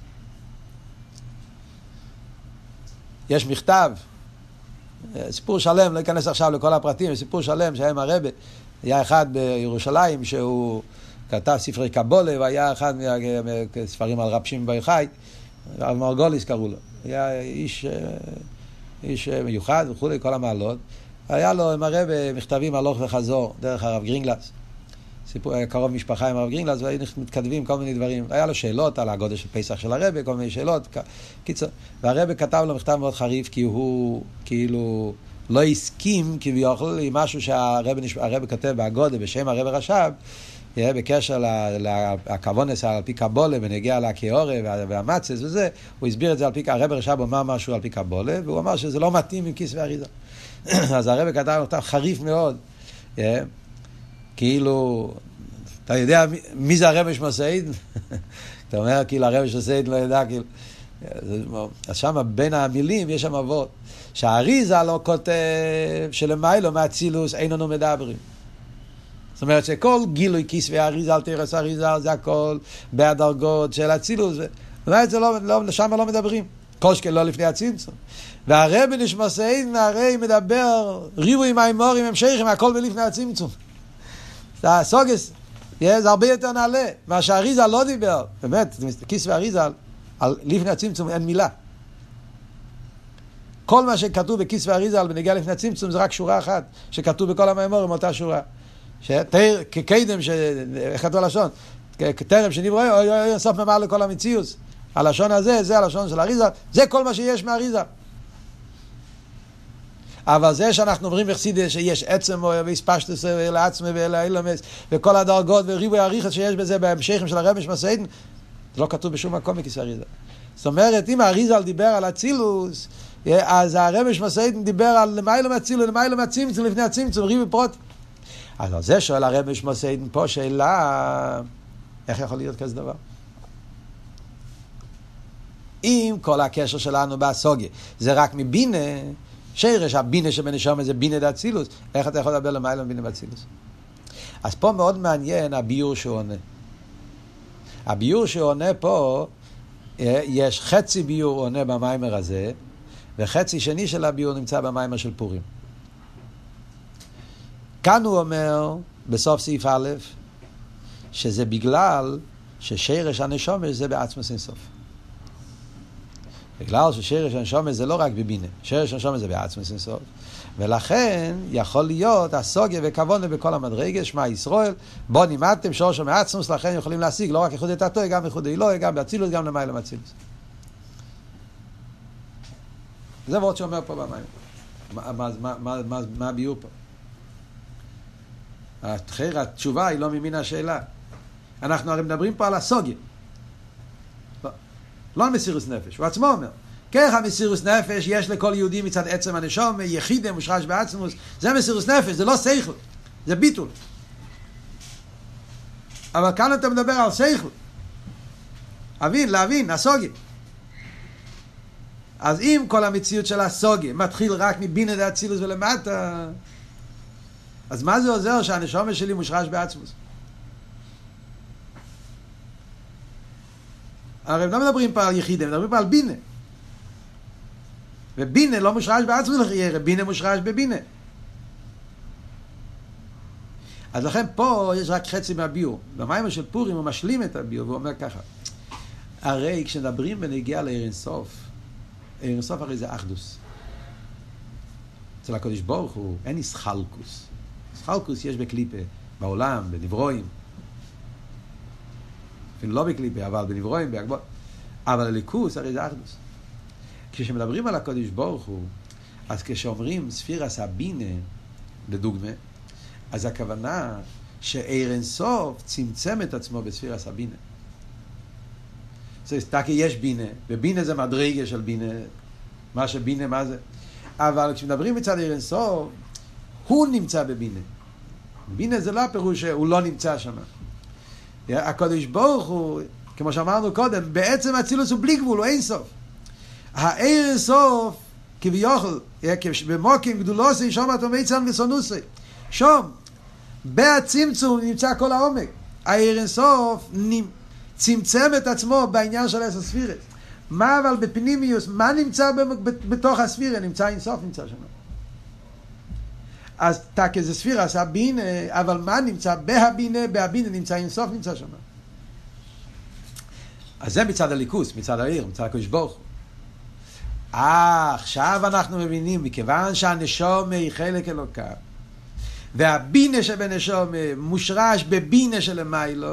יש מכתב, סיפור שלם, לא אכנס עכשיו לכל הפרטים, סיפור שלם שהיה עם הרבי, היה אחד בירושלים שהוא כתב ספרי קבולה, והיה אחד מהספרים על רב שמעון בר יוחאי, הרב מרגוליס קראו לו. היה איש מיוחד וכו', כל המעלות. היה לו עם הרבי מכתבים הלוך וחזור דרך הרב גרינגלס. סיפור, היה קרוב משפחה עם הרב גרינגלס, והיו מתכתבים כל מיני דברים. היה לו שאלות על הגודל של פסח של הרבי, כל מיני שאלות. קיצור, והרבי כתב לו מכתב מאוד חריף, כי הוא כאילו לא הסכים כביכול עם משהו שהרבי כותב בהגודל בשם הרבי רש"ב, בקשר לכוונס על פי קבולה ונגיע לכיורה והמצס וזה, הוא הסביר את זה על פי, הרבי רש"ב אמר משהו על פי קבולה, והוא אמר שזה לא מתאים עם כיס ואריזה. אז הרבי כתב מכתב חריף מאוד, כאילו, אתה יודע מי זה הרבי שמסעיד? אתה אומר, כאילו הרבי שמסעיד לא ידע, כאילו, אז שם בין המילים יש שם אבות, שהאריזה לא כותב שלמיילו מהצילוס אין לנו מדברים. זאת אומרת שכל גילוי כיס ואריזה על תרס אריזה זה הכל בהדרגות של הצילוס, זאת אומרת שם לא מדברים, כל שכן לא לפני הצמצום. והרבי נשמסעיד הרי מדבר ריבוי מהאמורים המשכים, הכל בלפני הצמצום. זה הסוגס, זה הרבה יותר נעלה, מה שהאריזה לא דיבר, באמת, כיס ואריזה על לפני הצמצום אין מילה. כל מה שכתוב בכיס ואריזה על בנגיע לפני הצמצום זה רק שורה אחת, שכתוב בכל המאמורים אותה שורה. כקדם, איך כתוב הלשון? כתרם שנברא, סוף ממעל לכל המציאוס. הלשון הזה, זה הלשון של אריזה, זה כל מה שיש מאריזה. אבל זה שאנחנו אומרים בחסידות שיש עצם והספשטוס ולעצמי ולאילומס וכל הדרגות וריבוי הריחס שיש בזה בהמשכים של הרבי שמסעידן, זה לא כתוב בשום מקום בכיס אריזה. זאת אומרת, אם האריזה דיבר על הצילוס, אז הרבי שמסעידן דיבר על למיילו מהצילוס, למיילו מהצמצום, לפני הצמצום, ריבוי פרוט. אז על זה שואל הרבי שמסעידן פה שאלה, איך יכול להיות כזה דבר? אם כל הקשר שלנו בסוגיה זה רק מבינה, שרש הבינה שבנשום זה בינה דאצילוס, איך אתה יכול לדבר למיילו מבינה באצילוס? אז פה מאוד מעניין הביור שהוא עונה. הביור שהוא עונה פה, יש חצי ביור עונה במיימר הזה, וחצי שני של הביור נמצא במיימר של פורים. כאן הוא אומר, בסוף סעיף א', שזה בגלל ששרש הנשומש זה בעצמוס אין סוף. בגלל ששרש הנשומש זה לא רק בבינה, שרש הנשומש זה בעצמוס אין סוף. ולכן יכול להיות הסוגיה וכוונה בכל המדרגה, שמע ישראל, בו נימדתם שורשו מעצמוס, לכן יכולים להשיג לא רק ייחוד תתוי, גם ייחוד אלוהי, גם באצילוס, גם למיילו מאצילוס. זה ועוד שאומר פה במים. מה הביור פה? התשובה היא לא ממין השאלה. אנחנו הרי מדברים פה על הסוגיה. לא על מסירוס נפש. הוא עצמו אומר, ככה מסירוס נפש יש לכל יהודי מצד עצם הנשום, יחיד מושרש בעצמוס. זה מסירוס נפש, זה לא שכל. זה ביטול. אבל כאן אתה מדבר על שכל. להבין, הסוגיה. אז אם כל המציאות של הסוגיה מתחיל רק מבינה דאצילוס ולמטה, אז מה זה עוזר שהנשום שלי מושרש בעצמוס? הרי הם לא מדברים פה על יחיד, הם מדברים פה על בינה. ובינה לא מושרש בעצמוס לחיירה, בינה מושרש בבינה. אז לכן פה יש רק חצי מהביור. במיימר של פורים הוא משלים את הביור, והוא אומר ככה. הרי כשנדברים בנגיעה לעיר אינסוף, עיר אינסוף הרי זה אחדוס. אצל הקדוש ברוך הוא אין איסחלקוס. איסחלקוס יש בקליפה, בעולם, בנברואים. אפילו לא בקליפה, אבל בנברואים, בהגבות. אבל הליכוס הרי זה אחדוס. כשמדברים על הקדוש ברוך הוא, אז כשאומרים ספירס הבינה, לדוגמה, אז הכוונה שעיר אינסוף צמצם את עצמו בספירס הבינה. זאת אומרת, יש בינה, ובינה זה מדרגה של בינה, מה שבינה, מה זה? אבל כשמדברים מצד עיר אינסוף, הוא נמצא בבינה. בינה זה לא הפירוש שהוא לא נמצא שם. הקדוש ברוך הוא, כמו שאמרנו קודם, בעצם אצילוס הוא בלי גבול, הוא אינסוף. העיר אינסוף, כביכול, במוקים גדולוסי, שום אתו מיצן וסונוסי. שום, בהצמצום נמצא כל העומק. העיר אינסוף צמצם את עצמו בעניין של עשר ספירת. מה אבל בפנימיוס, מה נמצא בתוך הספירה? נמצא אינסוף, נמצא שם. אז תק איזה ספירה עשה בינה, אבל מה נמצא בהבינה? בהבינה נמצא אינסוף, נמצא שם. אז זה מצד הליכוס, מצד העיר, מצד הקדוש ברוך הוא. עכשיו אנחנו מבינים, מכיוון שהנשמה היא חלק אלוקה, והבינה שבנשמה מושרש בבינה שלמיילו,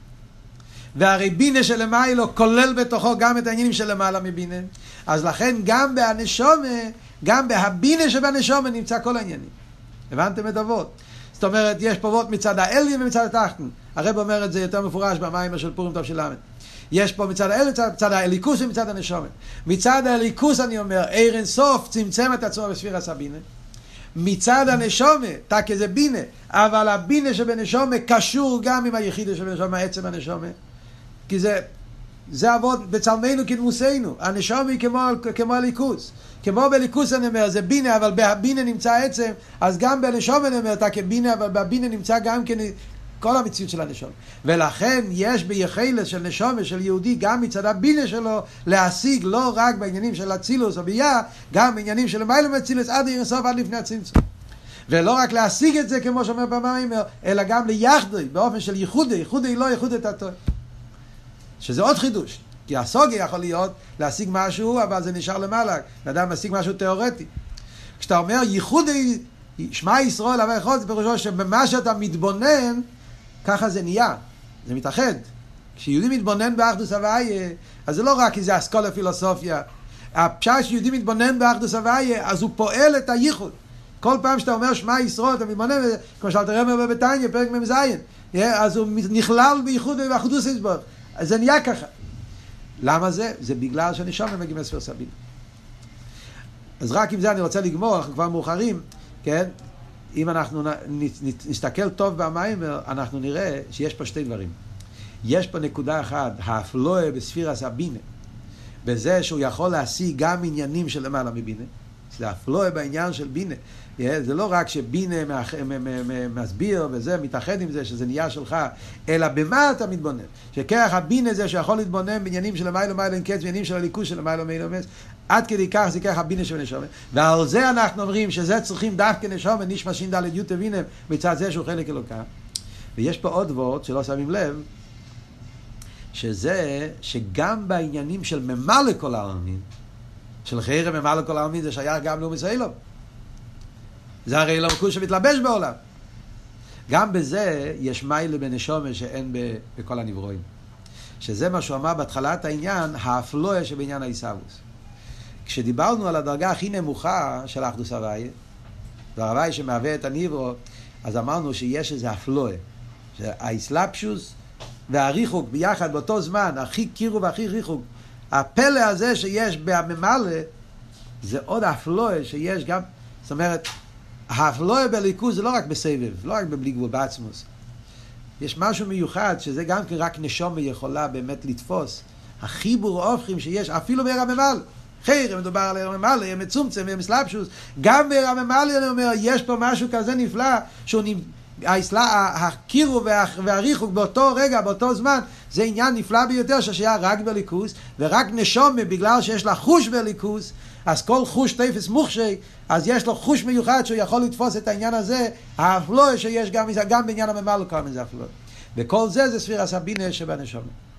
והרי בינה שלמיילו כולל בתוכו גם את העניינים שלמעלה מבינה, אז לכן גם בהנשמה, גם בהבינה שבנשמה נמצא כל העניינים. הבנתם את אבות? זאת אומרת, יש פה אבות מצד האלים ומצד התחתן. הרב אומר את זה יותר מפורש במים של פורים טוב של למד. יש פה מצד האל, מצד האליקוס ומצד הנשמה. מצד האליקוס אני אומר, עיר אינסוף צמצם את עצמו בספירה סבינה. מצד הנשמה, תק איזה בינה, אבל הבינה שבנשמה קשור גם עם היחידה שבנשמה, עצם הנשמה. כי זה עבוד בצלמנו כדמוסנו. הנשמה היא כמו הליכוס. כמו בליכוס אני אומר, זה בינה, אבל בהבינה נמצא עצם, אז גם בנשמה אני אומר, אתה כבינה, אבל בהבינה נמצא גם כל המציאות של הנשמה. ולכן יש ביחילס של נשמה של יהודי, גם מצד הבינה שלו, להשיג לא רק בעניינים של אצילוס או בייה, גם בעניינים של מיילא מאצילוס עד עיר אינסוף, עד לפני הצמצום. ולא רק להשיג את זה כמו שאומר במים, אלא גם ליחדי, באופן של ייחודי, ייחודי לא ייחודי תתו. שזה עוד חידוש. כי הסוגי יכול להיות להשיג משהו, אבל זה נשאר למעלה. לאדם משיג משהו תיאורטי. כשאתה אומר ייחודי, שמע ישראל, אבל יכול, זה פירושו שבמה שאתה מתבונן, ככה זה נהיה. זה מתאחד. כשיהודי מתבונן באחדוס הוויה, אז זה לא רק כי זה אסכולה פילוסופיה. הפשט שיהודי מתבונן באחדוס הוויה, אז הוא פועל את הייחוד. כל פעם שאתה אומר שמע ישראל, אתה מתבונן, כמו שאתה רמר בבתניה, פרק ממזיין, אז הוא נכלל בייחוד ובאחדוס יסבור. אז זה נהיה ככה. למה זה? זה בגלל שנשמה מגיעים לספר סבינה. אז רק עם זה אני רוצה לגמור, אנחנו כבר מאוחרים, כן? אם אנחנו נסתכל טוב במים, אנחנו נראה שיש פה שתי דברים. יש פה נקודה אחת, האפלואה בספירה סבינה, בזה שהוא יכול להשיג גם עניינים של למעלה מבינה. זה האפלואה בעניין של בינה. זה לא רק שבינה מסביר וזה מתאחד עם זה שזה נהיה שלך, אלא במה אתה מתבונן. שכך הבינה זה שיכול להתבונן בעניינים של המיילו מיילו אינקץ, בעניינים של הליכוס של המיילו מיילו מס, עד כדי כך זה ככה הבינה של נשמה. ועל זה אנחנו אומרים שזה צריכים דווקא נשמה, נשמע ש"ד י' תבינה, מצד זה שהוא חלק אלוקה. ויש פה עוד וורט שלא שמים לב, שזה שגם בעניינים של ממלא כל העלמין, של חיירה ממלא כל העלמין, זה שייך גם לאום ישראל. זה הרי לא מקום שמתלבש בעולם. גם בזה יש מיילה בנשמה שאין בכל הנברואים. שזה מה שהוא אמר בהתחלת העניין, האפלואה שבעניין האיסאוויס. כשדיברנו על הדרגה הכי נמוכה של האחדוס הוויה, וההוויה שמהווה את הנברו, אז אמרנו שיש איזה אפלואה. שהאסלאפשוס והריחוק ביחד באותו זמן, הכי קירו והכי ריחוק, הפלא הזה שיש בממלא, זה עוד אפלואה שיש גם, זאת אומרת, האפלואה בליכוז זה לא רק בסבב, לא רק בבלי גבול, בעצמוס. יש משהו מיוחד שזה גם כן רק נשמה יכולה באמת לתפוס. החיבור האופכים שיש, אפילו בעיר הממלא. חיר, מדובר על עיר הממלא, עיר מצומצם, עיר מסלבשוס. גם בעיר הממלא, אני אומר, יש פה משהו כזה נפלא, הקירו והריחוק באותו רגע, באותו זמן, זה עניין נפלא ביותר שהיה רק בליכוז, ורק נשמה, בגלל שיש לה חוש בליכוז, אז כל חוש תפס מוחשי, אז יש לו חוש מיוחד שהוא יכול לתפוס את העניין הזה, האפלואה שיש גם בעניין הממלא, כל מזה אפלואה. וכל זה ספירה סבינה שבנשמה.